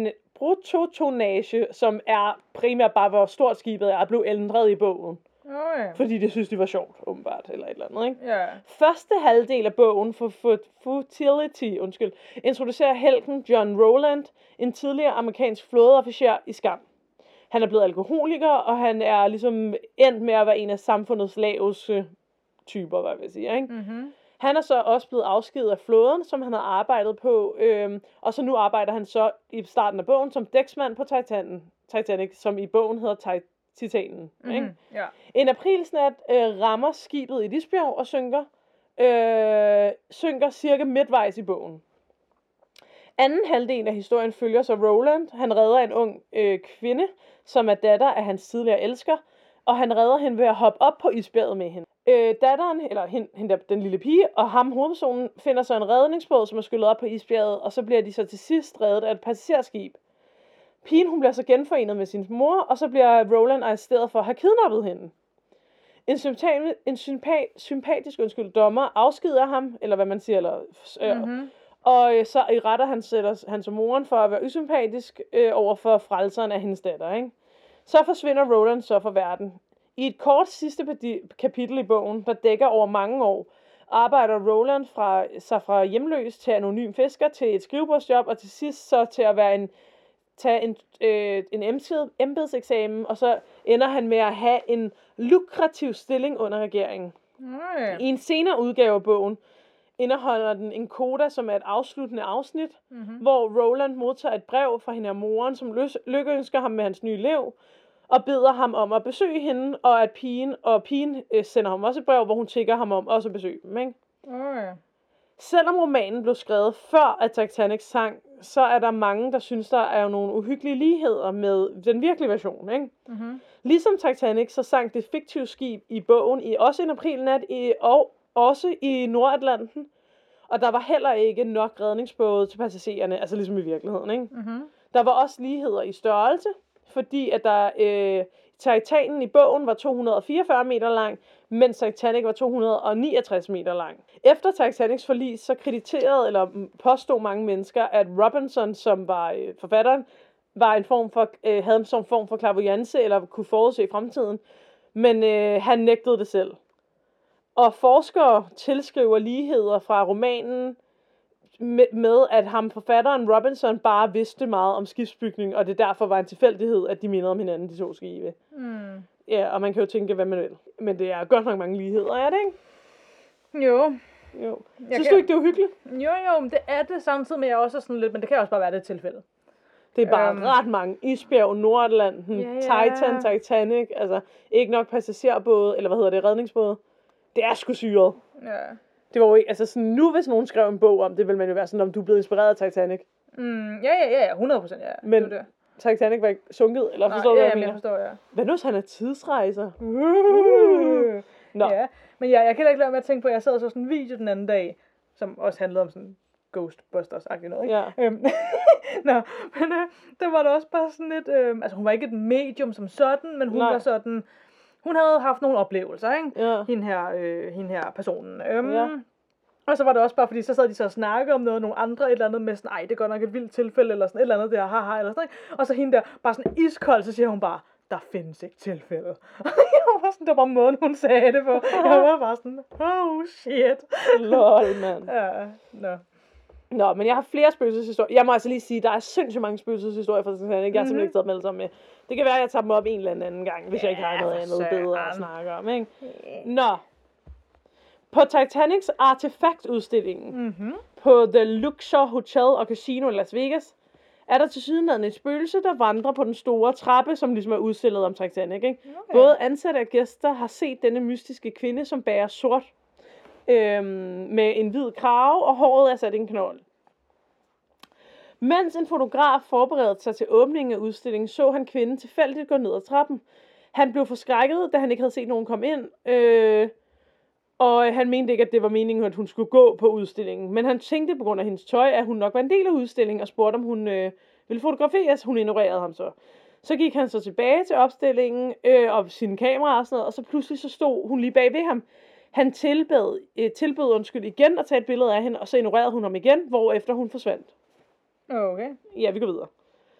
S1: bruttotonnage, som er primært bare, hvor stort skibet er, blev ændret i bogen. Oh, ja. Fordi det synes de var sjovt, åbenbart, eller et eller andet, ikke? Yeah. Første halvdel af bogen for Futility, undskyld, introducerer helten John Rowland, en tidligere amerikansk flådeofficer i skam. Han er blevet alkoholiker, og han er ligesom endt med at være en af samfundets laveste typer, hvad jeg vil sige, ikke? Mm-hmm. Han er så også blevet afskediget af flåden, som han har arbejdet på, øhm, og så nu arbejder han så i starten af bogen som dæksmand på Titan, Titanic, som i bogen hedder Titan. Titanen. Mm-hmm. Ikke? Ja. En aprilsnat øh, rammer skibet i et isbjerg og synker, øh, synker cirka midtvejs i bogen. Anden halvdel af historien følger så Roland. Han redder en ung øh, kvinde, som er datter af hans tidligere elsker, og han redder hende ved at hoppe op på isbjerget med hende. Øh, datteren, eller hende, hende der, den lille pige, og ham, hovedpersonen, finder så en redningsbåd, som er skyllet op på isbjerget, og så bliver de så til sidst reddet af et passagerskib. Pigen, hun bliver så genforenet med sin mor, og så bliver Roland arresteret for at have kidnappet hende. En, sympa- en sympa- sympatisk undskyld, dommer afskeder ham, eller hvad man siger, eller, øh, mm-hmm. og øh, så retter han sætter hans og moren for at være usympatisk øh, over for frelseren af hendes datter. Ikke? Så forsvinder Roland så fra verden. I et kort sidste kapitel i bogen, der dækker over mange år, arbejder Roland fra, sig fra hjemløs til anonym fisker til et skrivebordsjob, og til sidst så til at være en tage en, øh, en embedseksamen, og så ender han med at have en lukrativ stilling under regeringen. Mm. I en senere udgave af bogen indeholder den en koda, som er et afsluttende afsnit, mm-hmm. hvor Roland modtager et brev fra hende og moren, som lykkeønsker ham med hans nye liv, og beder ham om at besøge hende, og at pigen, og pigen øh, sender ham også et brev, hvor hun tigger ham om også at besøge dem. Ikke? Mm. Selvom romanen blev skrevet før at Titanic sank, så er der mange, der synes, der er jo nogle uhyggelige ligheder med den virkelige version. Ikke? Mm-hmm. Ligesom Titanic, så sank det fiktive skib i bogen i også en aprilnat, i, og også i Nordatlanten. Og der var heller ikke nok redningsbåde til passagererne, altså ligesom i virkeligheden. Ikke? Mm-hmm. Der var også ligheder i størrelse, fordi at der øh, Titanen i bogen var to hundrede og fireogfyrre meter lang, mens Titanic var to hundrede og niogtres meter lang. Efter Titanics forlis, så krediterede eller påstod mange mennesker, at Robinson, som var øh, forfatteren, var en form for, øh, havde en sådan form for clairvoyance, eller kunne forudse fremtiden. Men øh, han nægtede det selv. Og forskere tilskriver ligheder fra romanen med, med, at ham forfatteren Robinson bare vidste meget om skibsbygning, og det derfor var en tilfældighed, at de mindede om hinanden, de to skibe. Mm. Ja, og man kan jo tænke, hvad man vil. Men det er godt nok mange ligheder, er det ikke?
S2: Jo.
S1: Jo. Synes kan... du ikke, det er uhyggeligt?
S2: Jo, jo, men det er det samtidig med, jeg også sådan lidt, men det kan også bare være det tilfælde.
S1: Det er bare um... ret mange. Isbjerg, Nordatlanten, ja, ja. Titan, Titanic, altså ikke nok passagerbåde, eller hvad hedder det, redningsbåde. Det er sgu syret. Ja. Det var jo ikke, altså sådan, nu hvis nogen skrev en bog om det, ville man jo være sådan, om du er blevet inspireret af Titanic.
S2: Mm, ja, ja, ja, hundrede procent, ja.
S1: Men
S2: det det.
S1: Titanic var ikke sunket, eller
S2: Nej,
S1: forstår du,
S2: ja,
S1: hvad jeg
S2: jamen,
S1: mener?
S2: jeg forstår, ja.
S1: Hvad nu, hvis han er tidsrejser?
S2: Uh,
S1: Nå.
S2: Ja, men ja, jeg kan heller ikke lade med at tænke på, at jeg sad og så sådan en video den anden dag, som også handlede om sådan Ghostbusters-agtigt noget, ikke?
S1: Ja.
S2: Øhm, Nå, men øh, der var der også bare sådan lidt, øh, altså hun var ikke et medium som sådan, men hun
S1: Nej.
S2: var sådan, hun havde haft nogle oplevelser, ikke?
S1: Ja.
S2: Hende her, øh, hende her personen. Øhm,
S1: Ja.
S2: Og så var det også bare, fordi så sad de så og snakkede om noget, nogle andre, et eller andet med sådan, ej, det er godt nok et vildt tilfælde, eller sådan et eller andet der, haha, eller sådan, ikke? Og så hende der, bare sådan iskold, så siger hun bare, der findes ikke tilfælde. Jeg var sådan, det var bare måden, hun sagde det på. Jeg var bare sådan, oh shit.
S1: Lol, mand.
S2: Ja, nå.
S1: Nå, men jeg har flere spøgelseshistorier. Jeg må altså lige sige, der er sindssygt mange spøgelseshistorier fra Titanic. Jeg har
S2: Mhm.
S1: simpelthen ikke taget dem alle sammen med. Det kan være, at jeg tager dem op en eller anden gang, hvis jeg ikke har
S2: Ja,
S1: noget
S2: for
S1: andet bedre at
S2: søren.
S1: snakke om, ikke? Nå. På Titanics artefaktudstillingen
S2: Mhm.
S1: på The Luxor Hotel og Casino i Las Vegas, er der tilsyneladende et spøgelse, der vandrer på den store trappe, som ligesom er udstillet om Titanic, ikke?
S2: Okay.
S1: Både ansatte og gæster har set denne mystiske kvinde, som bærer sort øhm, med en hvid krave, og håret er sat i en knold. Mens en fotograf forberedte sig til åbningen af udstillingen, så han kvinden tilfældigt gå ned ad trappen. Han blev forskrækket, da han ikke havde set nogen komme ind, øh, og han mente ikke, at det var meningen, at hun skulle gå på udstillingen. Men han tænkte på grund af hendes tøj, at hun nok var en del af udstillingen, og spurgte, om hun øh, ville fotograferes. Hun ignorerede ham så. Så gik han så tilbage til opstillingen øh, og sine kameraer og sådan noget, og så pludselig så stod hun lige bag ved ham. Han tilbød, øh, tilbød undskyld igen at tage et billede af hende, og så ignorerede hun ham igen, hvorefter hun forsvandt.
S2: Okay.
S1: Ja, vi går videre.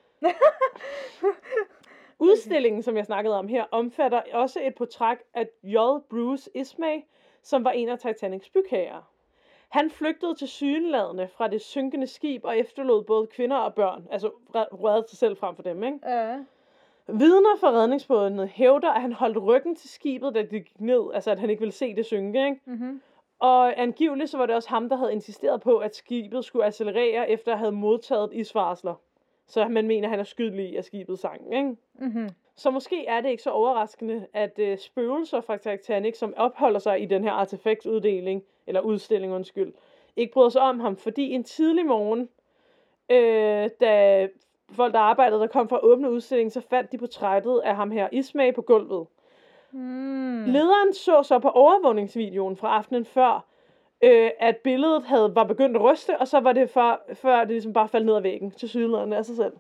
S1: Udstillingen, som jeg snakkede om her, omfatter også et portræt af J. Bruce Ismay, som var en af Titanics bygherrer. Han flygtede til syneladende fra det synkende skib og efterlod både kvinder og børn, altså rørede sig selv frem for dem, ikke?
S2: Ja.
S1: Vidner fra redningsbådene hævder, at han holdt ryggen til skibet, da det gik ned, altså at han ikke ville se det synke, ikke?
S2: Mhm.
S1: Og angiveligt så var det også ham, der havde insisteret på, at skibet skulle accelerere, efter at have modtaget isvarsler. Så man mener, at han er skyldig i, at skibet sank, ikke?
S2: Mhm.
S1: Så måske er det ikke så overraskende, at øh, spøgelser fra Titanic, som opholder sig i den her artefaktsuddeling, eller udstilling, undskyld, ikke bryder sig om ham, fordi en tidlig morgen, øh, da folk, der arbejdede, der kom for at åbne udstillingen, så fandt de portrættet af ham her Ismay på gulvet.
S2: Mm.
S1: Lederen så så på overvågningsvideoen fra aftenen før, øh, at billedet havde, var begyndt at ryste, og så var det for, før det ligesom bare faldt ned ad væggen til sydlandene af sig selv.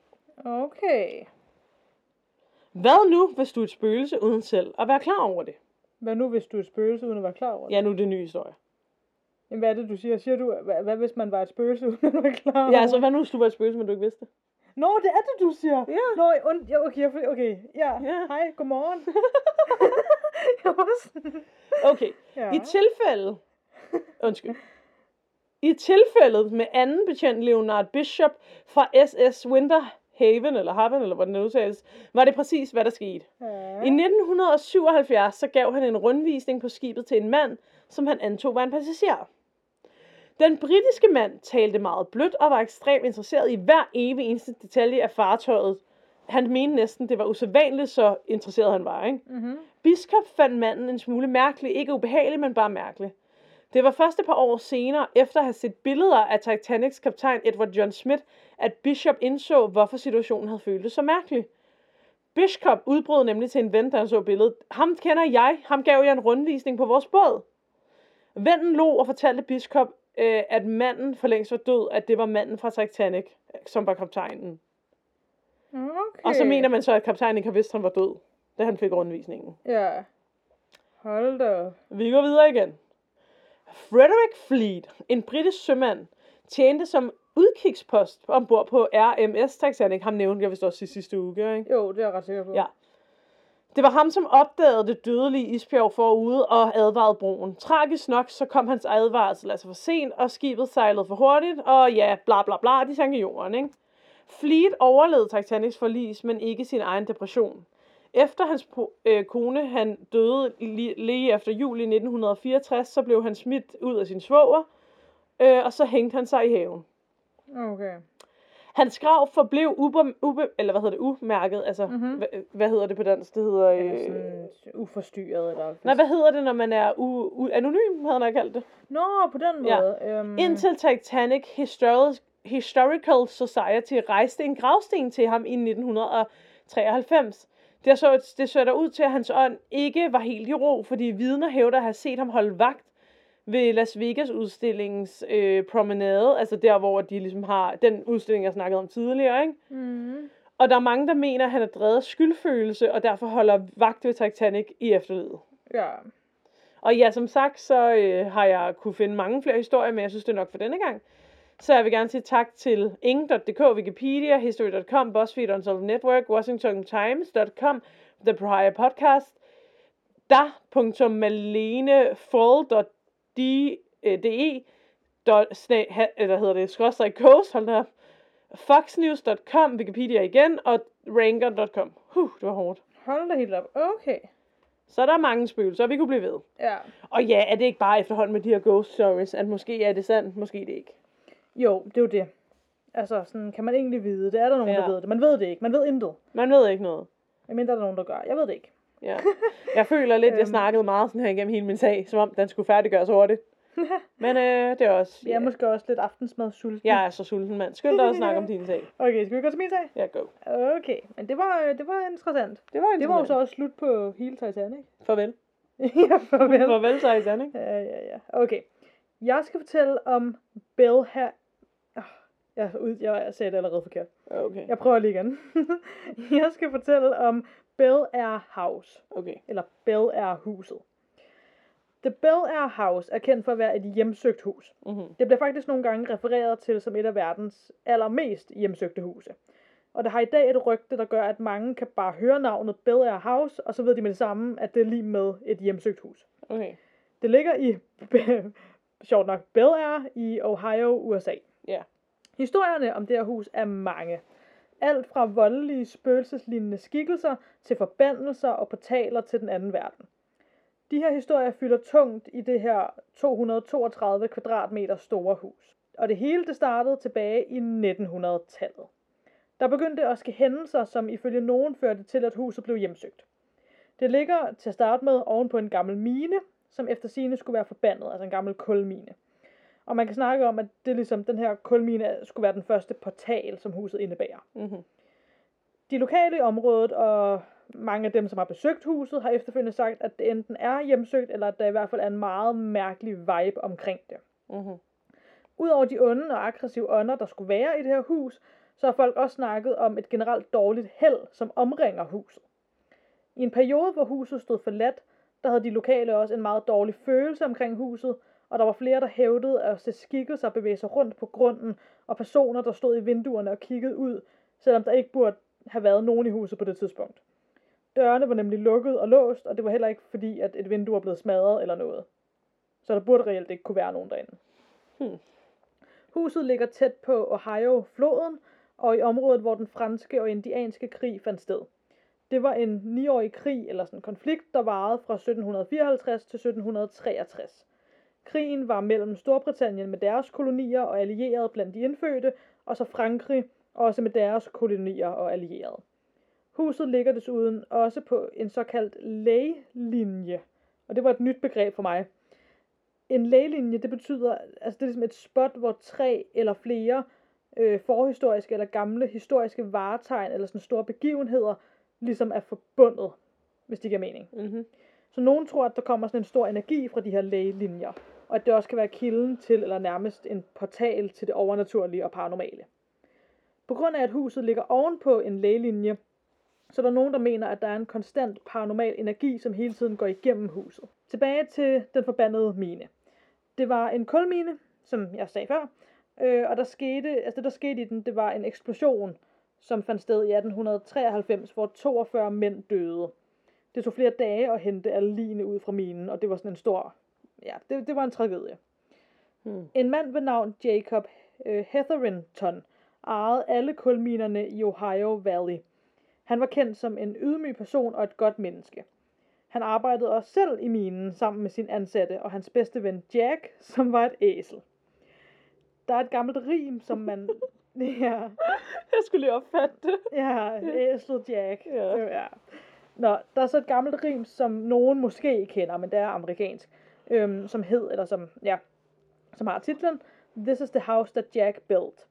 S2: Okay.
S1: Hvad nu, hvis du er et spøgelse uden selv at være klar over det?
S2: Hvad nu, hvis du er et spøgelse, uden at være klar over det?
S1: Ja, nu er det en ny historie.
S2: Jamen, hvad er det, du siger? Siger du, hvad, hvad hvis man var et spøgelse, uden at være klar over
S1: Ja, altså hvad nu, hvis du var et spøgelse, men du ikke vidste det?
S2: Nå, det er det, du siger.
S1: Ja.
S2: Nå, und, ja, okay, okay, okay. Ja,
S1: Ja.
S2: hej, godmorgen. Jeg var sådan...
S1: Okay,
S2: Ja.
S1: i tilfælde... Undskyld. I tilfældet med anden betjent Leonard Bishop fra S S Winterhaven, eller Haven, eller hvordan det udtales, var det præcis, hvad der skete.
S2: Ja.
S1: I nitten syvoghalvfjerds så gav han en rundvisning på skibet til en mand, som han antog var en passager. Den britiske mand talte meget blødt og var ekstremt interesseret i hver evig eneste detalje af fartøjet. Han mente næsten, det var usædvanligt, så interesseret han var, ikke?
S2: Mhm.
S1: Biskop fandt manden en smule mærkelig, ikke ubehagelig, men bare mærkelig. Det var først et par år senere, efter at have set billeder af Titanics kaptajn Edward John Smith, at Bishop indså, hvorfor situationen havde føltes så mærkelig. Bishop udbrød nemlig til en ven, da han så billedet. Ham kender jeg, ham gav jeg en rundvisning på vores båd. Vennen lå og fortalte Bishop, øh, at manden for længst var død, at det var manden fra Titanic, som var kaptajnen.
S2: Okay.
S1: Og så mener man så, at kaptajnen ikke har vidst, at han var død, da han fik rundvisningen.
S2: Ja. Hold da op.
S1: Vi går videre igen. Frederick Fleet, en britisk sømand, tjente som udkigspost ombord på R M S Titanic. Ham nævnte jeg vist også i sidste uge, ikke?
S2: Jo, det er jeg ret sikker på.
S1: Ja. Det var ham, som opdagede det dødelige isbjerg forude og advarede broen. Tragisk nok, så kom hans advarsel altså for sent, og skibet sejlede for hurtigt, og ja, bla bla bla, de sank i jorden, ikke? Fleet overlevede Titanics forlis, men ikke sin egen depression. Efter hans øh, kone han døde lige, lige efter juli nitten fireogtres, så blev han smidt ud af sin svoger, øh, og så hængte han sig i haven.
S2: Okay.
S1: Hans grav forblev ube, ube, eller hvad hedder det, umærket, altså,
S2: Mhm.
S1: hvad, hvad hedder det på dansk? Det hedder...
S2: Eller
S1: Øh,
S2: sådan uforstyrret, eller...
S1: nej, hvad hedder det, når man er u, u, anonym, havde han kaldt det?
S2: Nå, på den måde. Ja. Øhm,
S1: Indtil Titanic Historic, Historical Society rejste en gravsten til ham i nitten treoghalvfems. Det så, det så der ud til, at hans ånd ikke var helt i ro, fordi vidner hævder at have set ham holde vagt ved Las Vegas udstillingens øh, promenade, altså der, hvor de ligesom har den udstilling, jeg snakkede om tidligere, ikke?
S2: Mm.
S1: Og der er mange, der mener, at han er drevet af skyldfølelse, og derfor holder vagt ved Titanic i efterlivet.
S2: Ja.
S1: Og ja, som sagt, så øh, har jeg kunne finde mange flere historier, men jeg synes, det er nok for denne gang. Så jeg vil gerne sige tak til ingen punktum d k, Wikipedia, History punktum com, BuzzFeed, Unsolved Network, Washington Times punktum com, The Prior Podcast, da punktum malene fall punktum d e, eller hedder det, skråstrej coast, hold da op, foxnews punktum com, Wikipedia igen, og ranker punktum com. Huh, det var hårdt.
S2: Hold da helt op. Okay.
S1: Så der er mange spøgelser, vi kunne blive ved.
S2: Ja.
S1: Og ja, er det ikke bare efterhånden med de her ghost stories, at måske er det sandt, måske det ikke.
S2: Jo, det er jo det. Altså, sådan kan man egentlig vide. Det er der nogen,
S1: Ja.
S2: der ved det. Man ved det ikke. Man ved intet.
S1: Man ved ikke noget.
S2: Medmindre der er nogen, der gør. Jeg ved det ikke.
S1: Ja. Jeg føler lidt, jeg
S2: Øhm.
S1: snakkede meget sådan her igennem hele min sag, som om den skulle færdiggøres hurtigt. Men øh, det er også...
S2: Jeg er måske også lidt aftensmad sulten.
S1: Jeg er så sulten, mand. Skynd dig at snakke om din sag.
S2: Okay, skal vi gå til min sag?
S1: Ja, go.
S2: Okay, men det var, øh, det var interessant.
S1: Det var
S2: Det var jo så
S1: interessant.
S2: også slut på hele Titanic.
S1: Farvel.
S2: Ja, farvel.
S1: Farvel, Titanic.
S2: Ja, ja, ja. Okay. Jeg skal fortælle om Bel her... Oh, jeg, ud- jeg sagde det allerede forkert.
S1: Okay.
S2: Jeg prøver lige igen. Jeg skal fortælle om Bel Air House.
S1: Okay.
S2: Eller Bel Air Huset. The Bel Air House er kendt for at være et hjemsøgt hus.
S1: Mm-hmm.
S2: Det bliver faktisk nogle gange refereret til som et af verdens allermest hjemsøgte huse. Og det har i dag et rygte, der gør, at mange kan bare høre navnet Bel Air House, og så ved de med det samme, at det er lige med et hjemsøgt hus.
S1: Okay.
S2: Det ligger i, sjovt nok, Bel Air i Ohio, U S A.
S1: Ja.
S2: Historierne om det her hus er mange. Alt fra voldelige, spøgelseslignende skikkelser til forbandelser og portaler til den anden verden. De her historier fylder tungt i det her to hundrede og toogtredive kvadratmeter store hus. Og det hele det startede tilbage i nitten hundrede-tallet. Der begyndte at ske hændelser, som ifølge nogen førte til, at huset blev hjemsøgt. Det ligger til at starte med oven på en gammel mine, som efter sigende skulle være forbandet, altså en gammel kulmine. Og man kan snakke om, at det ligesom, den her kulmine skulle være den første portal, som huset indebærer.
S1: Mm-hmm.
S2: De lokale i området og mange af dem, som har besøgt huset, har efterfølgende sagt, at det enten er hjemsøgt, eller at der i hvert fald er en meget mærkelig vibe omkring det.
S1: Mm-hmm.
S2: Udover de onde og aggressive ånder, der skulle være i det her hus, så har folk også snakket om et generelt dårligt held, som omringer huset. I en periode, hvor huset stod forladt, der havde de lokale også en meget dårlig følelse omkring huset, og der var flere, der hævdede at se skikkelser bevæge sig rundt på grunden, og personer, der stod i vinduerne og kiggede ud, selvom der ikke burde have været nogen i huset på det tidspunkt. Dørene var nemlig lukket og låst, og det var heller ikke fordi, at et vindue var blevet smadret eller noget. Så der burde reelt ikke kunne være nogen derinde.
S1: Hmm.
S2: Huset ligger tæt på Ohio-floden, og i området, hvor den franske og indianske krig fandt sted. Det var en niårig krig, eller sådan en konflikt, der varede fra sytten fireoghalvtreds til sytten treogtres. Krigen var mellem Storbritannien med deres kolonier og allierede blandt de indfødte, og så Frankrig også med deres kolonier og allierede. Huset ligger desuden også på en såkaldt lægelinje, og det var et nyt begreb for mig. En lægelinje, det betyder, altså det er ligesom et spot, hvor tre eller flere øh, forhistoriske eller gamle historiske varetegn eller sådan store begivenheder ligesom er forbundet, hvis det giver mening.
S1: Mm-hmm.
S2: Så nogen tror, at der kommer sådan en stor energi fra de her lægelinjer, og at det også kan være kilden til, eller nærmest en portal til det overnaturlige og paranormale. På grund af, at huset ligger ovenpå en lægelinje, så er der nogen, der mener, at der er en konstant paranormal energi, som hele tiden går igennem huset. Tilbage til den forbandede mine. Det var en kulmine, som jeg sagde før, øh, og der skete, altså det der skete i den, det var en eksplosion, som fandt sted i atten treoghalvfems, hvor toogfyrre mænd døde. Det tog flere dage at hente alle ligene ud fra minen, og det var sådan en stor, ja, det, det var en tragedie.
S1: Hmm.
S2: En mand ved navn Jacob øh, Hetherington ejede alle kulminerne i Ohio Valley. Han var kendt som en ydmyg person og et godt menneske. Han arbejdede også selv i minen sammen med sin ansatte og hans bedste ven Jack, som var et æsel. Der er et gammelt rim, som man... ja,
S1: Jeg skulle lige opfatte det.
S2: ja, æslet Jack.
S1: Ja.
S2: Ja. Nå, der er så et gammelt rim, som nogen måske kender, men det er amerikansk, øhm, som hed, eller som, ja, som har titlen This is the house that Jack built.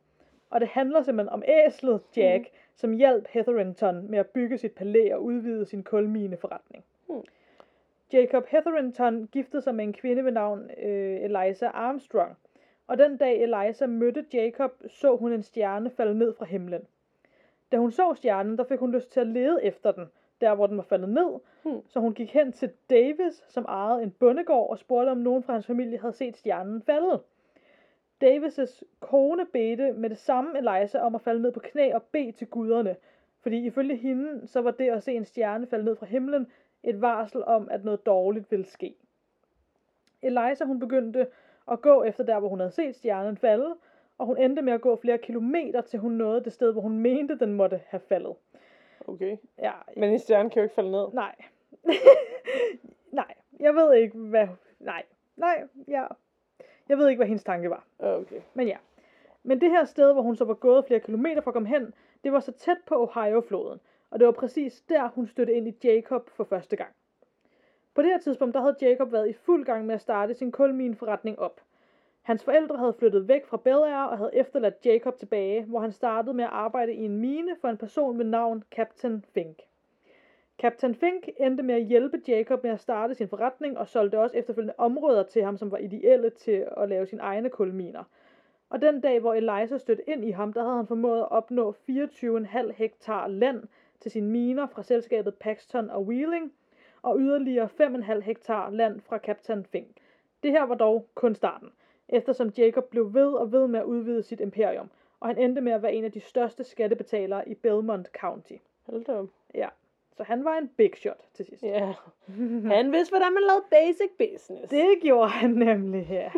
S2: Og det handler simpelthen om æslet Jack, mm. som hjalp Hetherington med at bygge sit palæ og udvide sin kulmineforretning. Mm. Jacob Hetherington giftede sig med en kvinde ved navn øh, Eliza Armstrong. Og den dag Eliza mødte Jacob, så hun en stjerne falde ned fra himlen. Da hun så stjernen, der fik hun lyst til at lede efter den, der hvor den var faldet ned. Hmm. Så hun gik hen til Davis, som ejede en bondegård, og spurgte, om nogen fra hans familie havde set stjernen falde. Davis' kone bedte med det samme Eliza om at falde ned på knæ og bede til guderne. Fordi ifølge hende, så var det at se en stjerne falde ned fra himlen et varsel om, at noget dårligt ville ske. Eliza, hun begyndte at gå efter der, hvor hun havde set stjernen falde, og hun endte med at gå flere kilometer, til hun nåede det sted, hvor hun mente, den måtte have faldet.
S1: Okay.
S2: Ja.
S1: Men en stjerne kan jo ikke falde ned.
S2: Nej. Nej. Jeg ved ikke, hvad... Nej. Nej, ja. Jeg ved ikke, hvad hendes tanke var.
S1: Okay.
S2: Men ja. Men det her sted, hvor hun så var gået flere kilometer for at komme hen, det var så tæt på Ohio-floden. Og det var præcis der, hun stødte ind i Jacob for første gang. På det her tidspunkt, der havde Jacob været i fuld gang med at starte sin kulmineforretning op. Hans forældre havde flyttet væk fra Bel Air og havde efterladt Jacob tilbage, hvor han startede med at arbejde i en mine for en person med navn Captain Fink. Captain Fink endte med at hjælpe Jacob med at starte sin forretning og solgte også efterfølgende områder til ham, som var ideelle til at lave sine egne kulminer. Og den dag, hvor Eliza stødte ind i ham, der havde han formået at opnå fireogtyve komma fem hektar land til sine miner fra selskabet Paxton og Wheeling, og yderligere fem komma fem hektar land fra Captain Fink. Det her var dog kun starten, eftersom Jacob blev ved og ved med at udvide sit imperium, og han endte med at være en af de største skattebetalere i Belmont County.
S1: Hold da op.
S2: Ja, så han var en big shot til sidst.
S1: Ja, han vidste, hvordan man lavede basic business.
S2: Det gjorde han nemlig her.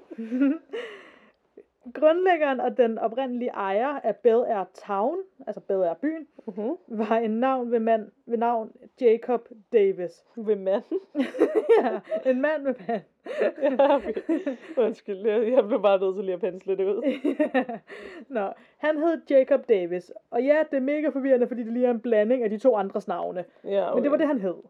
S2: Grundlæggeren og den oprindelige ejer af Bel Air Town, altså Bel Air byen, uh-huh. var en navn ved, mand, ved navn Jacob Davis.
S1: Ved mand?
S2: Ja, en mand med mand.
S1: Ja, okay. Undskyld, jeg blev bare nødt til lige at pensle det ud.
S2: Nå, han hed Jacob Davis, og ja, det er mega forvirrende, fordi det lige er en blanding af de to andres navne.
S1: Ja, okay.
S2: Men det var det, han hed.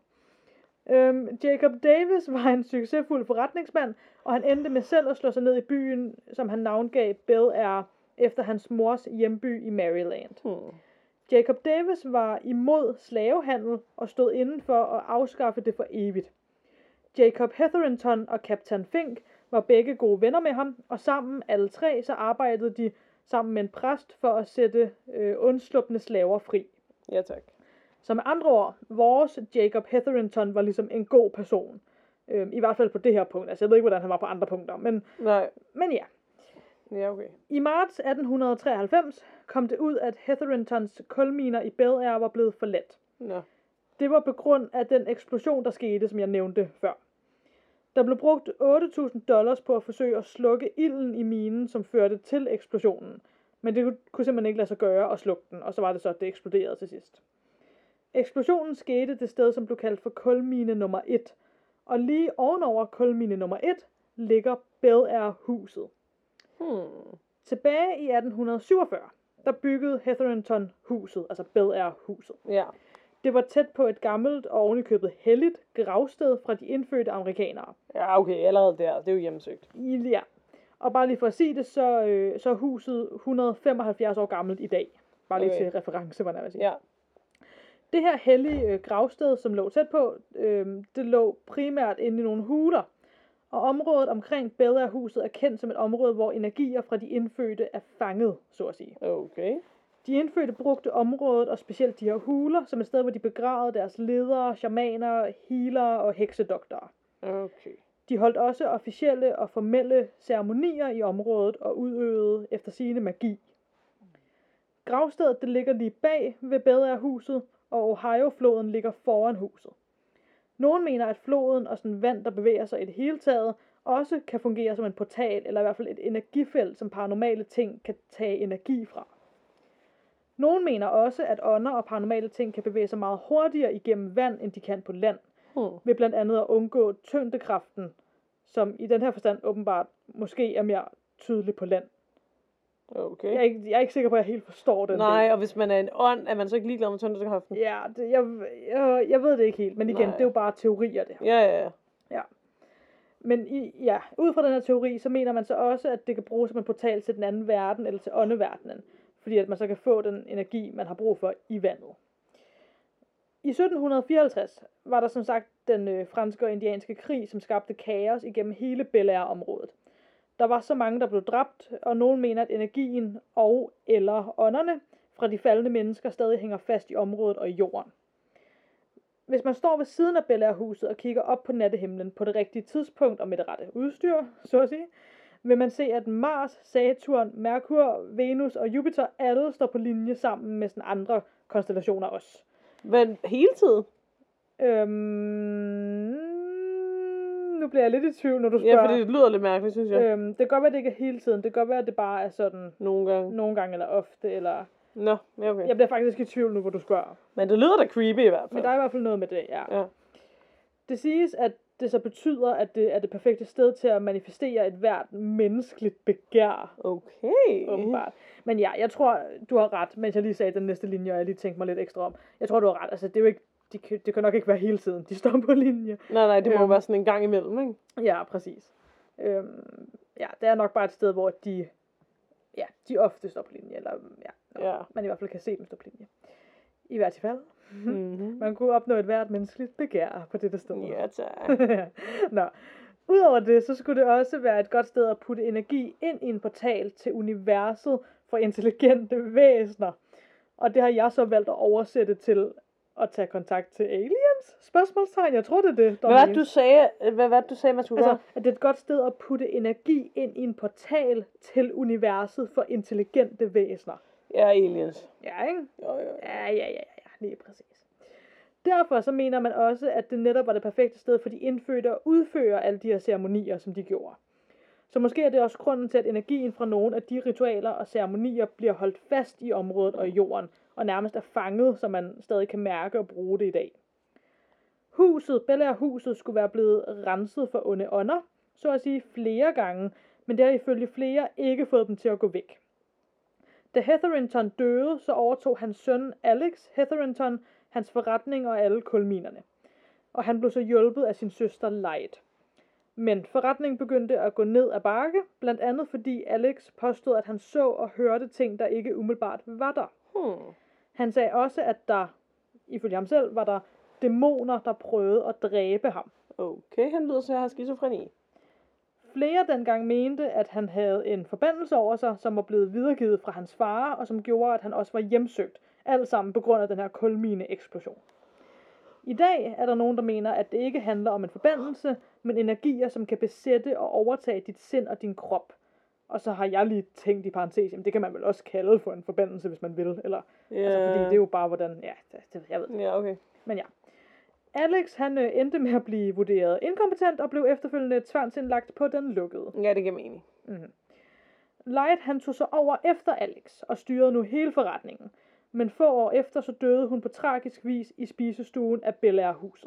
S2: Øhm, Jacob Davis var en succesfuld forretningsmand, og han endte med selv at slå sig ned i byen, som han navngav Bel Air, efter hans mors hjemby i Maryland. Hmm. Jacob Davis var imod slavehandel og stod inden for at afskaffe det for evigt. Jacob Hetherington og Captain Fink var begge gode venner med ham, og sammen alle tre så arbejdede de sammen med en præst for at sætte øh, undslupne slaver fri.
S1: Ja, tak.
S2: Så med andre ord, vores Jacob Hetherington var ligesom en god person. Øhm, I hvert fald på det her punkt. Altså, jeg ved ikke, hvordan han var på andre punkter, men,
S1: Nej.
S2: men ja.
S1: Ja, okay.
S2: I marts atten treoghalvfems kom det ud, at Hetheringtons kulminer i Bel Air var blevet forladt.
S1: Ja.
S2: Det var på grund af den eksplosion, der skete, som jeg nævnte før. Der blev brugt otte tusind dollars på at forsøge at slukke ilden i minen, som førte til eksplosionen. Men det kunne simpelthen ikke lade sig gøre at slukke den, og så var det så, at det eksploderede til sidst. Eksplosionen skete det sted, som blev kaldt for kulmine nummer et. Og lige ovenover kulmine nummer et ligger Bel Air-huset. Hmm. Tilbage i atten syvogfyrre, der byggede Hetherington huset, altså Bel Air-huset.
S1: Ja.
S2: Det var tæt på et gammelt og ovenikøbet helligt gravsted fra de indfødte amerikanere.
S1: Ja, okay, allerede der. Det er jo hjemmesøgt.
S2: Ja. Og bare lige for at sige det, så, øh, så er huset et hundrede og femoghalvfjerds år gammelt i dag. Bare lige okay. Til reference, hvad jeg vil sige.
S1: Ja.
S2: Det her hellige øh, gravsted, som lå tæt på, øh, det lå primært inde i nogle huler. Og området omkring Bel Air-huset er kendt som et område, hvor energier fra de indfødte er fanget, så at sige.
S1: Okay.
S2: De indfødte brugte området, og specielt de her huler, som et sted, hvor de begravede deres ledere, shamaner, healere og heksedoktorer.
S1: Okay.
S2: De holdt også officielle og formelle ceremonier i området og udøvede efter sigende magi. Gravstedet det ligger lige bag ved Bel Air-huset, og Ohio-floden ligger foran huset. Nogle mener, at floden og sådan vand, der bevæger sig i det hele taget, også kan fungere som en portal, eller i hvert fald et energifelt, som paranormale ting kan tage energi fra. Nogle mener også, at ånder og paranormale ting kan bevæge sig meget hurtigere igennem vand, end de kan på land, hmm. ved blandt andet at undgå tyngdekraften, som i den her forstand åbenbart måske er mere tydelig på land.
S1: Okay.
S2: Jeg er, ikke, jeg er ikke sikker på, at jeg helt forstår den.
S1: Nej,
S2: del.
S1: Og hvis man er en ånd, er man så ikke ligeglad med tyngdekraften?
S2: Ja, det, jeg, jeg, jeg ved det ikke helt, men igen,
S1: Nej.
S2: det er jo bare teorier, det her.
S1: Ja, ja, ja.
S2: Ja. Men i, ja, ud fra den her teori, så mener man så også, at det kan bruges som en portal til den anden verden, eller til åndeverdenen. Fordi at man så kan få den energi, man har brug for i vandet. I sytten fireoghalvtreds var der som sagt den øh, franske og indianske krig, som skabte kaos igennem hele Bel Air-området. Der var så mange, der blev dræbt, og nogen mener, at energien og eller ånderne fra de faldende mennesker stadig hænger fast i området og i jorden. Hvis man står ved siden af Bel Air-huset og kigger op på nattehimlen på det rigtige tidspunkt og med det rette udstyr, så at sige, vil man se, at Mars, Saturn, Merkur, Venus og Jupiter alle står på linje sammen med sådan andre konstellationer også.
S1: Men hele tiden?
S2: Øhm, nu bliver jeg lidt i tvivl, når du spørger.
S1: Ja, fordi det lyder lidt mærkeligt, synes jeg.
S2: Øhm, det kan godt være, at det ikke er hele tiden. Det kan godt være, at det bare er sådan...
S1: Nogle gange.
S2: Nogle gange, eller ofte, eller...
S1: Nå, ja, okay.
S2: Jeg bliver faktisk i tvivl nu, hvor du spørger.
S1: Men det lyder da creepy i hvert fald.
S2: Men der er i hvert fald noget med det, ja.
S1: Ja.
S2: Det siges, at det så betyder, at det er det perfekte sted til at manifestere et hvert menneskeligt begær.
S1: Okay.
S2: Åbenbart. Men ja, jeg tror, du har ret, mens jeg lige sagde den næste linje, og jeg lige tænkte mig lidt ekstra om. Jeg tror, du har ret. Altså, det er jo ikke... De kan, det kan nok ikke være hele tiden, de står på linje.
S1: Nej, nej, det må
S2: øhm,
S1: være sådan en gang imellem, ikke?
S2: Ja, præcis. Øhm, ja, det er nok bare et sted, hvor de, ja, de ofte står på linje, eller ja,
S1: Ja.
S2: man i hvert fald kan se dem stå på linje. I hvert fald.
S1: Mm-hmm.
S2: Man kunne opnå et hvert menneskeligt begær på dette sted.
S1: Ja, tak.
S2: Nå. Udover det, så skulle det også være et godt sted at putte energi ind i en portal til universet for intelligente væsener. Og det har jeg så valgt at oversætte til at tage kontakt til aliens? Spørgsmålstegn, jeg tror det er det.
S1: Hvad var det, du sagde, hvad var det, du sagde, man skulle
S2: Altså,
S1: gøre?
S2: at det er et godt sted at putte energi ind i en portal til universet for intelligente væsener.
S1: Ja, aliens.
S2: Ja, ikke?
S1: Jo, jo.
S2: Ja, ja, ja, ja, lige præcis. Derfor så mener man også, at det netop var det perfekte sted for de indfødte at udføre alle de her ceremonier, som de gjorde. Så måske er det også grunden til, at energien fra nogle af de ritualer og ceremonier bliver holdt fast i området og i jorden, og nærmest er fanget, så man stadig kan mærke og bruge det i dag. Huset, Bel Air-huset, skulle være blevet renset for onde ånder, så at sige flere gange, men det har ifølge flere ikke fået dem til at gå væk. Da Hetherington døde, så overtog hans søn Alex Hetherington hans forretning og alle kulminerne. Og han blev så hjulpet af sin søster Light. Men forretningen begyndte at gå ned ad bakke, blandt andet fordi Alex påstod, at han så og hørte ting, der ikke umiddelbart var der.
S1: Hmm.
S2: Han sagde også, at der, ifølge ham selv, var der dæmoner, der prøvede at dræbe ham.
S1: Okay, han lyder til at have skizofreni.
S2: Flere dengang mente, at han havde en forbandelse over sig, som var blevet videregivet fra hans far, og som gjorde, at han også var hjemsøgt. Alt sammen på grund af den her kulmine-eksplosion. I dag er der nogen, der mener, at det ikke handler om en forbandelse, men energier, som kan besætte og overtage dit sind og din krop. Og så har jeg lige tænkt i parentes, jamen det kan man vel også kalde for en forbandelse, hvis man vil. Eller,
S1: Yeah.
S2: altså, fordi det er jo bare, hvordan... Ja, det, det, jeg ved det.
S1: Ja, okay.
S2: Men ja. Alex, han øh, endte med at blive vurderet inkompetent og blev efterfølgende tvangsindlagt på den lukkede.
S1: Ja, det giver mening.
S2: Mm-hmm. Light, han tog så over efter Alex og styrede nu hele forretningen. Men få år efter, så døde hun på tragisk vis i spisestuen af Bel Air-huset.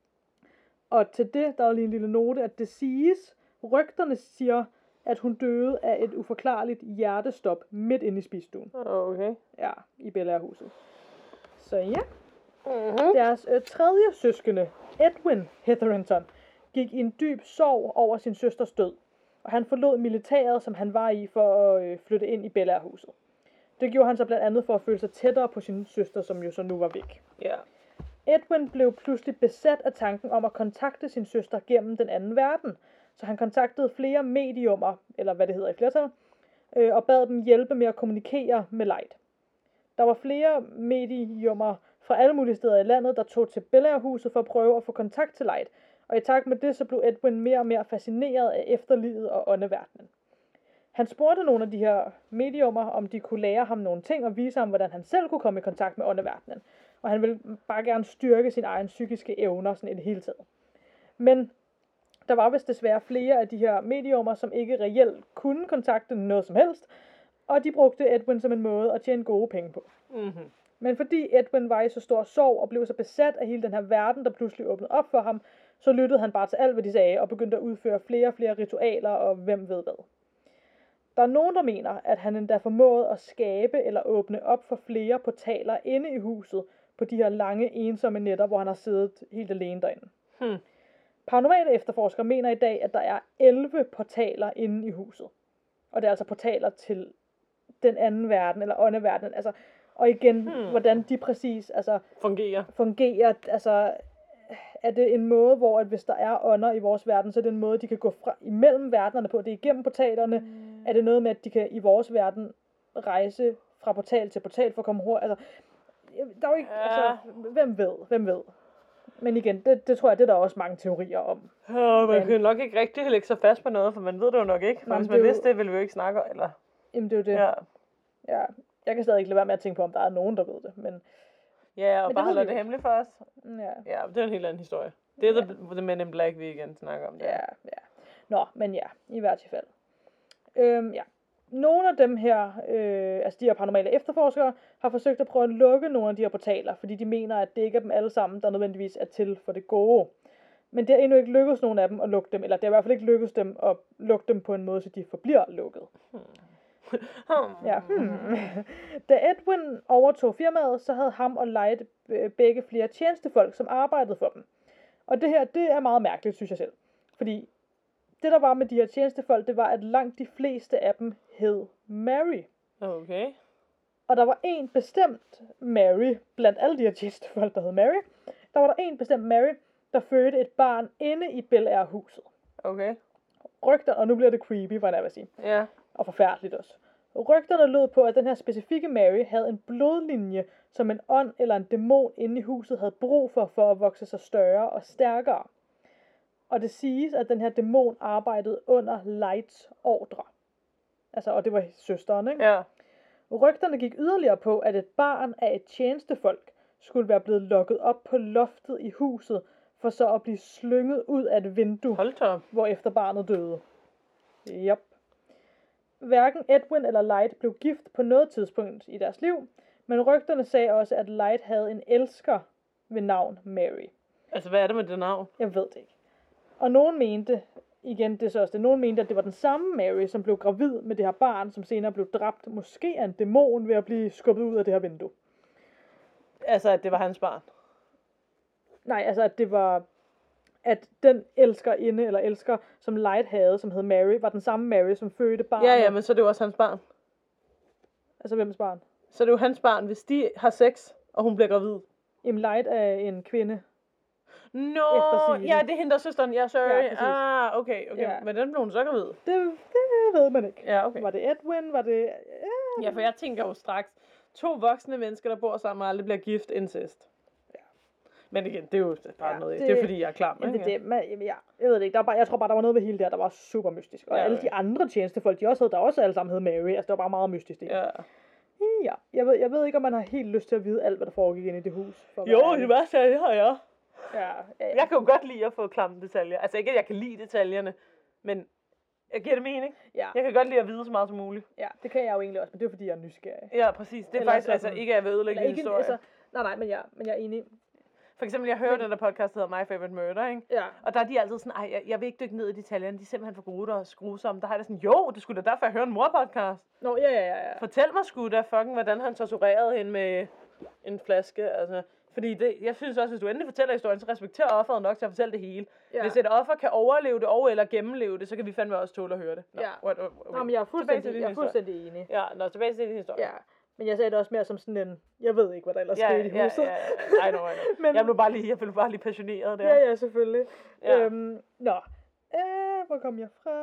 S2: Og til det, der er lige en lille note, at det siges, rygterne siger, at hun døde af et uforklarligt hjertestop midt inde i spisestuen.
S1: Okay.
S2: Ja, i Bel Air-huset. Så ja.
S1: Mm-hmm.
S2: Deres øh, tredje søskende, Edwin Hetherington, gik i en dyb sorg over sin søsters død. Og han forlod militæret, som han var i, for at øh, flytte ind i Bel Air-huset. Det gjorde han så blandt andet for at føle sig tættere på sin søster, som jo så nu var væk.
S1: Ja.
S2: Edwin blev pludselig besat af tanken om at kontakte sin søster gennem den anden verden. Så han kontaktede flere mediumer, eller hvad det hedder i flertal, øh, og bad dem hjælpe med at kommunikere med Light. Der var flere mediumer fra alle mulige steder i landet, der tog til Bel Air-huset for at prøve at få kontakt til Light. Og i takt med det, så blev Edwin mere og mere fascineret af efterlivet og åndeverdenen. Han spurgte nogle af de her mediumer, om de kunne lære ham nogle ting og vise ham, hvordan han selv kunne komme i kontakt med åndeverdenen. Og han ville bare gerne styrke sine egne psykiske evner sådan i det hele taget. Men der var vist desværre flere af de her mediumer, som ikke reelt kunne kontakte noget som helst, og de brugte Edwin som en måde at tjene gode penge på.
S1: Mm-hmm.
S2: Men fordi Edwin var i så stor sorg og blev så besat af hele den her verden, der pludselig åbnede op for ham, så lyttede han bare til alt, hvad de sagde, og begyndte at udføre flere og flere ritualer, og hvem ved hvad. Der er nogen, der mener, at han endda formåede at skabe eller åbne op for flere portaler inde i huset på de her lange, ensomme nætter, hvor han har siddet helt alene derinde.
S1: Hmm.
S2: Paranormale efterforskere mener i dag, at der er elleve portaler inde i huset. Og det er altså portaler til den anden verden, eller åndeverdenen. Altså, og igen, hmm. hvordan de præcis altså,
S1: fungerer.
S2: fungerer. Altså, er det en måde, hvor at hvis der er ånder i vores verden, så er det en måde, de kan gå fra, imellem verdenerne på. Det er igennem portalerne. Hmm. Er det noget med, at de kan i vores verden rejse fra portal til portal for at komme hurtigt? Altså, der er jo ikke, ja. altså, hvem ved, hvem ved. Men igen, det, det tror jeg, det er der også mange teorier om.
S1: Ja, man kan nok ikke rigtig lægge sig fast på noget, for man ved det jo nok ikke. For hvis man vidste det, ville vi jo ikke snakke om, eller...
S2: Jamen, det er jo det.
S1: Ja.
S2: Ja. Jeg kan stadig ikke lade være med at tænke på, om der er nogen, der ved det, men...
S1: Ja, og
S2: men
S1: bare holder det,
S2: det
S1: hemmeligt for os.
S2: Ja.
S1: Ja, det er en helt anden historie. Det er ja. the, the Men in Black, vi igen snakker om det.
S2: Ja, ja. Nå, men ja, i hvert fald. Øhm, ja. Nogle af dem her, øh, altså de her paranormale efterforskere, har forsøgt at prøve at lukke nogle af de her portaler, fordi de mener, at det ikke er dem alle sammen, der nødvendigvis er til for det gode. Men det har endnu ikke lykkedes nogen af dem at lukke dem, eller det har i hvert fald ikke lykkedes dem at lukke dem på en måde, så de forbliver lukket. Hmm. Ja. Hmm. Da Edwin overtog firmaet, så havde ham og Light begge flere tjenestefolk, som arbejdede for dem. Og det her, det er meget mærkeligt, synes jeg selv. Fordi det der var med de her tjenestefolk, det var, at langt de fleste af dem hed Mary.
S1: Okay.
S2: Og der var en bestemt Mary, blandt alle de her tjenestefolk, der hed Mary, der var der en bestemt Mary, der fødte et barn inde i Bel Air-huset.
S1: Okay.
S2: Rygter, og nu bliver det creepy, hvad jeg vil sige.
S1: Ja. Yeah.
S2: Og forfærdeligt også. Rygterne lød på, at den her specifikke Mary havde en blodlinje, som en ånd eller en dæmon inde i huset havde brug for, for at vokse sig større og stærkere. Og det siges, at den her dæmon arbejdede under Lights ordre. Altså, og det var søsteren, ikke?
S1: Ja.
S2: Rygterne gik yderligere på, at et barn af et tjenestefolk skulle være blevet lukket op på loftet i huset, for så at blive slynget ud af et vindue, hvorefter barnet døde. Yep. Hverken Edwin eller Light blev gift på noget tidspunkt i deres liv, men rygterne sagde også, at Light havde en elsker ved navn Mary.
S1: Altså, hvad er det med det navn?
S2: Jeg ved det ikke. Og nogen mente, igen det er så også det, nogen mente, at det var den samme Mary, som blev gravid med det her barn, som senere blev dræbt, måske af en dæmon ved at blive skubbet ud af det her vindue.
S1: Altså, at det var hans barn?
S2: Nej, altså, at det var, at den elskerinde, eller elsker, som Light havde, som hed Mary, var den samme Mary, som fødte barnet.
S1: Ja, ja, men så er det jo også hans barn.
S2: Altså, hvem's barn?
S1: Så er det jo hans barn, hvis de har sex, og hun bliver gravid.
S2: Jamen, Light er en kvinde.
S1: Nå, ja, det er hende, der er søsteren. Ja, sorry.
S2: Ja,
S1: ah, okay, okay. Ja. Men den blev hun så gravid.
S2: Det, det ved man ikke.
S1: Ja, okay.
S2: Var det Edwin? Var det...
S1: Ja, ja for jeg tænker jo straks, to voksne mennesker, der bor sammen og aldrig bliver gift incest. Ja. Men igen, det er jo bare ja, noget, det, det er fordi, jeg er klar med.
S2: Det, det, men, jamen, ja, jeg ved det ikke. Der var bare, jeg tror bare, der var noget ved hele det her, der var super mystisk. Og ja, alle de andre tjenestefolk, de også havde, der også alle sammen hed Mary. Altså, det var bare meget mystisk. Det.
S1: Ja.
S2: Ja, jeg ved, jeg ved ikke, om man har helt lyst til at vide alt, hvad der foregik inde i det hus. For
S1: jo, det værste er, det har jeg.
S2: Ja, ja, ja.
S1: Jeg kan jo godt lide at få klamme detaljer. Altså ikke, at jeg kan lide detaljerne, men jeg giver det mening.
S2: Ja.
S1: Jeg kan godt lide at vide så meget som muligt.
S2: Ja, det kan jeg jo egentlig også, men det er fordi, jeg er nysgerrig.
S1: Ja, præcis. Det er eller faktisk sådan, altså ikke, at jeg vil ødelægge en historie. Altså,
S2: nej, nej, men jeg, men jeg er enig.
S1: For eksempel, jeg hører men, den der podcast, der hedder My Favorite Murder, ikke?
S2: Ja.
S1: Og der er de altid sådan, ej, jeg, jeg vil ikke dykke ned i detaljerne, de er simpelthen for gode og skrusomme. Der har jeg sådan, jo, det skulle da derfor, jeg hører en morpodcast.
S2: Nå, ja, ja, ja.
S1: Fortæl mig sgu da fucking, hvordan han torturerede hende med en flaske, altså... Fordi det, jeg synes også, hvis du endelig fortæller historien, så respekterer offeret nok til at fortælle det hele. Ja. Hvis et offer kan overleve det og eller gennemleve det, så kan vi fandme også tåle at høre det.
S2: Nå, ja. What, what, what. Nå, men jeg er fuldstændig, jeg er fuldstændig enig.
S1: Ja, nå, tilbage til din historie.
S2: Ja, men jeg sagde det også mere som sådan en, jeg ved ikke, hvad der ellers ja, skete i huset.
S1: Ja, ja, ja. I know, I know. men, jeg blev bare lige, jeg blev bare lige passioneret der.
S2: Ja, ja, selvfølgelig. Ja. Øhm, nå, øh, hvor kom jeg fra?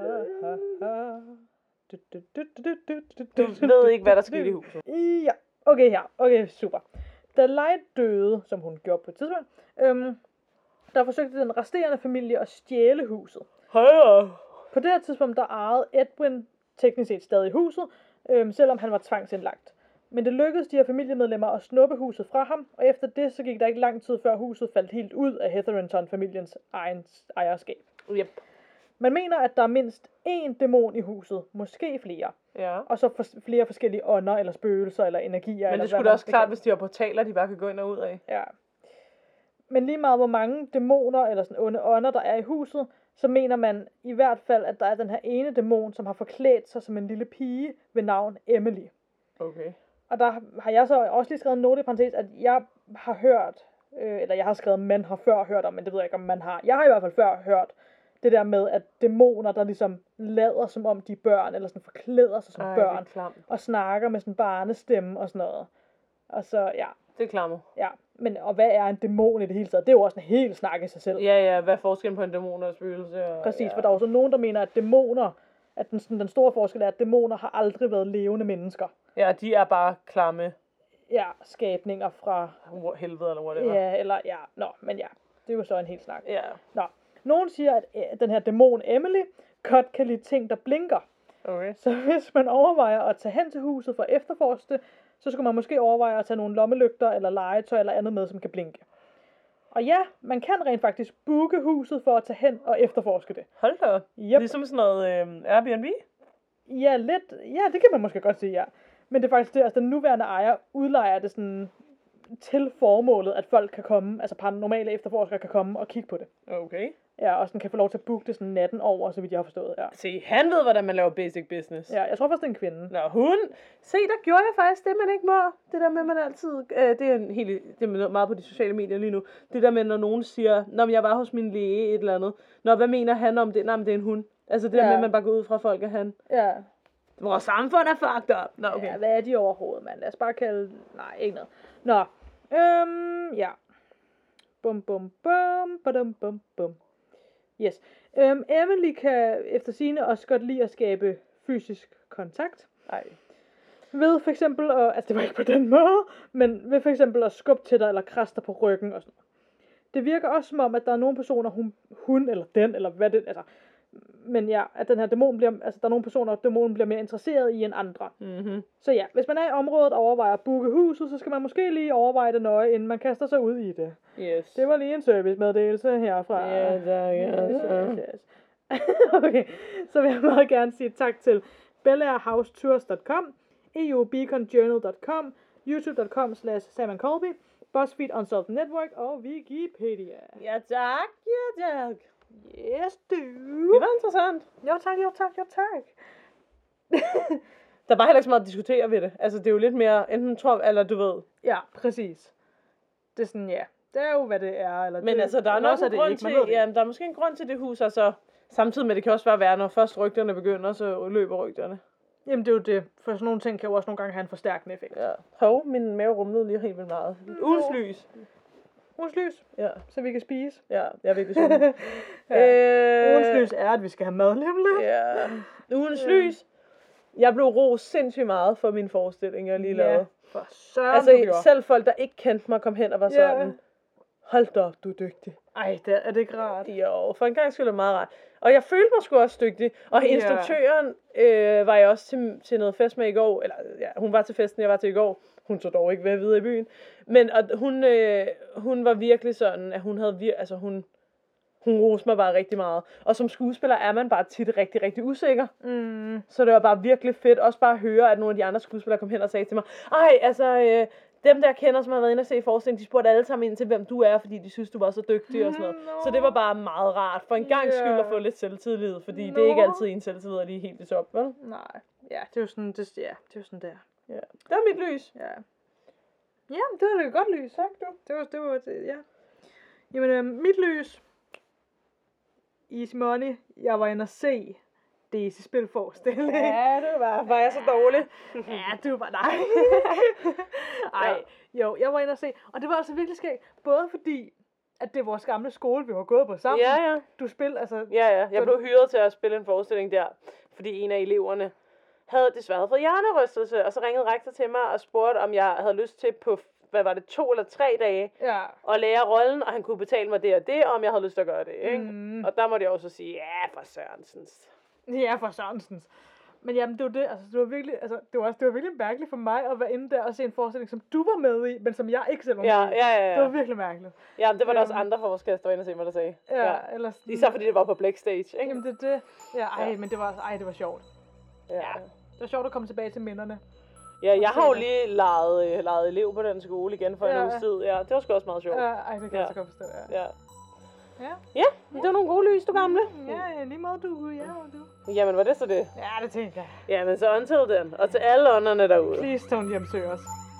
S1: Du ved ikke, hvad der skete i huset.
S2: Ja, okay her. Okay, super. Da Light døde, som hun gjorde på et tidspunkt, øhm, der forsøgte den resterende familie at stjæle huset.
S1: Højre.
S2: På det her tidspunkt, der ejede Edwin teknisk set stadig huset, øhm, selvom han var tvangsindlagt. Men det lykkedes de her familiemedlemmer at snuppe huset fra ham, og efter det, så gik der ikke lang tid før huset faldt helt ud af Hetherington-familiens egen ejerskab.
S1: Yep.
S2: Man mener, at der er mindst én dæmon i huset, måske flere.
S1: Ja.
S2: Og så for flere forskellige ånder, eller spøgelser, eller energier.
S1: Men
S2: eller
S1: det skulle da også klart, hvis de har portaler, de bare kan gå ind og ud af.
S2: Ja. Men lige meget hvor mange dæmoner, eller sådan onde ånder, der er i huset, så mener man i hvert fald, at der er den her ene dæmon, som har forklædt sig som en lille pige ved navn Emily.
S1: Okay.
S2: Og der har jeg så også lige skrevet en note i parentes, at jeg har hørt øh, eller jeg har skrevet, man har før hørt om, men det ved jeg ikke, om man har. Jeg har i hvert fald før hørt det der med, at dæmoner, der ligesom lader som om de er børn, eller sådan forklæder sig som
S1: Ej,
S2: børn, og snakker med sådan barnestemme og sådan noget. Og så, ja.
S1: Det er klammer.
S2: Ja, men og hvad er en dæmon i det hele taget? Det er jo også en helt snak i sig selv.
S1: Ja, ja, hvad er forskellen på en dæmon og et spøgelse? Og,
S2: Præcis,
S1: ja.
S2: for der er jo så nogen, der mener, at dæmoner, at den, sådan, den store forskel er, at dæmoner har aldrig været levende mennesker.
S1: Ja, de er bare klamme.
S2: Ja, skabninger fra...
S1: Helvede eller whatever.
S2: Ja, eller ja, nå, men ja, det er jo så en helt snak.
S1: Ja.
S2: Nå, nogen siger, at øh, den her dæmon Emily godt kan lide ting, der blinker.
S1: Okay.
S2: Så hvis man overvejer at tage hen til huset for at efterforske det, så skulle man måske overveje at tage nogle lommelygter eller legetøj eller andet med, som kan blinke. Og ja, man kan rent faktisk booke huset for at tage hen og efterforske det.
S1: Hold da op.
S2: Yep.
S1: Ligesom sådan noget øh, Airbnb?
S2: Ja, lidt. Ja, det kan man måske godt sige, ja. Men det er faktisk det, altså den nuværende ejer udlejer det sådan til formålet, at folk kan komme, altså paranormale efterforskere kan komme og kigge på det.
S1: Okay.
S2: Ja, og sådan kan få lov til at booke det sådan natten over, så vidt jeg har forstået, ja.
S1: Se, han ved, hvordan man laver basic business.
S2: Ja, jeg tror faktisk, det er en kvinde.
S1: Nå, hun. Se, der gjorde jeg faktisk det, man ikke må. Det der med, man altid... Øh, det er en helt, det er meget på de sociale medier lige nu. Det der med, når nogen siger, nå, men jeg var hos min læge, et eller andet. Nå, hvad mener han om det? Nej, men det er en hund. Altså det der
S2: Ja.
S1: med, at man bare går ud fra folk, at han...
S2: Ja.
S1: Vores samfund er fucked up. Nå, okay.
S2: Ja, hvad er de overhovedet, mand? Lad os bare kalde... Nej, ikke noget. Nå, øhm, ja. Bum, bum, bum, badum, bum, bum. Yes. Øhm, Emily kan efter sigende også godt lide at skabe fysisk kontakt.
S1: Ej.
S2: Ved for eksempel, at, altså det var ikke på den måde, men ved for eksempel at skubbe til dig eller krasse dig på ryggen og sådan noget. Det virker også som om, at der er nogle personer, hun, hun eller den, eller hvad det, altså, men ja, at den her dæmon bliver, altså der er nogle personer, dæmonen bliver mere interesseret i end andre.
S1: Mm-hmm.
S2: Så ja, hvis man er i området og overvejer at booke huset, så skal man måske lige overveje det nøje, inden man kaster sig ud i det.
S1: Yes.
S2: Det var lige en servicemeddelelse herfra.
S1: Ja, tak, ja.
S2: Yes, yes. Okay, så vil jeg meget gerne sige tak til bellairehousetours punktum com, e u beacon journal punktum com, youtube punktum com slash Sam Colby, BuzzFeed Unsolved Network og Wikipedia.
S1: Ja, tak. Ja, tak.
S2: Yes, du.
S1: Det var interessant.
S2: Jo tak, jo tak, jo tak.
S1: Der var heller ikke så meget at diskutere ved det. Altså, det er jo lidt mere, enten tror, eller du ved.
S2: Ja, præcis. Det er sådan, ja. Det er jo, hvad det er. Eller
S1: Men
S2: det,
S1: altså, der er
S2: eller
S1: nok
S2: også
S1: en
S2: det
S1: grund
S2: ikke. Man
S1: til,
S2: ved det
S1: ja, der er måske en grund til det hus, altså, samtidig med, det kan også bare være, når først rygterne begynder, så løber rygterne.
S2: Jamen, det er jo det. For sådan nogle ting kan jo også nogle gange have en forstærkende effekt.
S1: Ja. Hov, min mave rumlede lige helt vildt meget. Ugens lys.
S2: Ugens lys,
S1: Ja,
S2: så vi kan spise.
S1: ja, jeg er virkelig sulten.
S2: Ja.
S1: øh,
S2: Ugens lys er, at vi skal have mad lige om lidt.
S1: Ja. Ugens lys. Jeg blev rost sindssygt meget for min forestilling, jeg lige lavede.
S2: For søren,
S1: Altså,
S2: du gjorde.
S1: selv folk, der ikke kendte mig, kom hen og var
S2: Ja.
S1: sådan, hold da op, du er dygtig.
S2: Ej, det er det ikke rart.
S1: Jo, for en gang skulle det meget rart. Og jeg følte mig sgu også dygtig. Og
S2: Ja.
S1: instruktøren øh, var jeg også til, til noget fest med i går. Eller ja, hun var til festen, jeg var til i går. Hun tog dog ikke ved videre i byen. Men og hun, øh, hun var virkelig sådan, at hun havde vir- altså hun, hun roste mig bare rigtig meget. Og som skuespiller er man bare tit rigtig, rigtig usikker.
S2: Mm.
S1: Så det var bare virkelig fedt. Også bare at høre, at nogle af de andre skuespillere kom hen og sagde til mig, ej, altså... Øh, dem, der kender, som har været inde og se forestillingen, de spurgte alle sammen ind til, hvem du er, fordi de synes, du var så dygtig og sådan noget.
S2: Nå.
S1: Så det var bare meget rart. For en gang
S2: Ja.
S1: skyld at få lidt selvtillid, fordi
S2: Nå.
S1: det er ikke altid en selvtillid, at lige helt i top, vel?
S2: Nej. Ja, det er jo sådan, det, ja, det er jo sådan der.
S1: Ja. Det er mit lys.
S2: Ja. Jamen, det var da et godt lys. Tak, du. Det var, det var, det, ja. Jamen, øh, mit lys. Easy money. Jeg var inde og se Daisy spille forestilling.
S1: Ja, det var, var jeg så dårlig.
S2: Ja, du var nej. Ej, jo, jeg var inde og se. Og det var altså virkelig skægt. Både fordi, at det er vores gamle skole, vi var gået på sammen.
S1: Ja, ja.
S2: Du spil, altså...
S1: Ja, ja. Jeg blev hyret til at spille en forestilling der, fordi en af eleverne havde desværre fået hjernerystelse, og så ringede rektor til mig og spurgte, om jeg havde lyst til på, hvad var det, to eller tre dage,
S2: Ja.
S1: at lære rollen, og han kunne betale mig det og det, og om jeg havde lyst til at gøre det, ikke?
S2: Mm.
S1: Og der måtte jeg også sige, ja, for Sørensens.
S2: Ja, for Sørensens. Men jamen, det var det, altså, det var virkelig, altså, det var, også, det var virkelig mærkeligt for mig at være inde der og se en forestilling, som du var med i, men som jeg ikke selv var
S1: Ja,
S2: med i.
S1: ja, ja,
S2: Det var
S1: ja.
S2: virkelig mærkeligt.
S1: Ja, men det var der også
S2: Øhm.
S1: andre fra vores gæster, der var inde og se mig, der sagde.
S2: Ja, eller sådan.
S1: Især fordi det var på Black Stage, ikke?
S2: Jamen, det er det. Ja, ej,
S1: Ja.
S2: men det var, altså- ej, det var sjovt.
S1: Ja.
S2: Det var sjovt at komme tilbage til minderne.
S1: Ja, jeg har jo lige lejet, øh, lejet elev på den skole igen for en
S2: Ja.
S1: uges tid. Ja, det var sgu også meget sjovt.
S2: Ja, ej, det kan
S1: Ja.
S2: jeg så godt forstå, ja.
S1: Ja.
S2: Ja,
S1: Ja, det var nogle gode lys, du gamle.
S2: ja, lige måde du, ja, du.
S1: Jamen, var det så det?
S2: Ja, det tænker jeg.
S1: Jamen, så until then. Og til alle ånderne derude.
S2: Please don't hjemsøge os.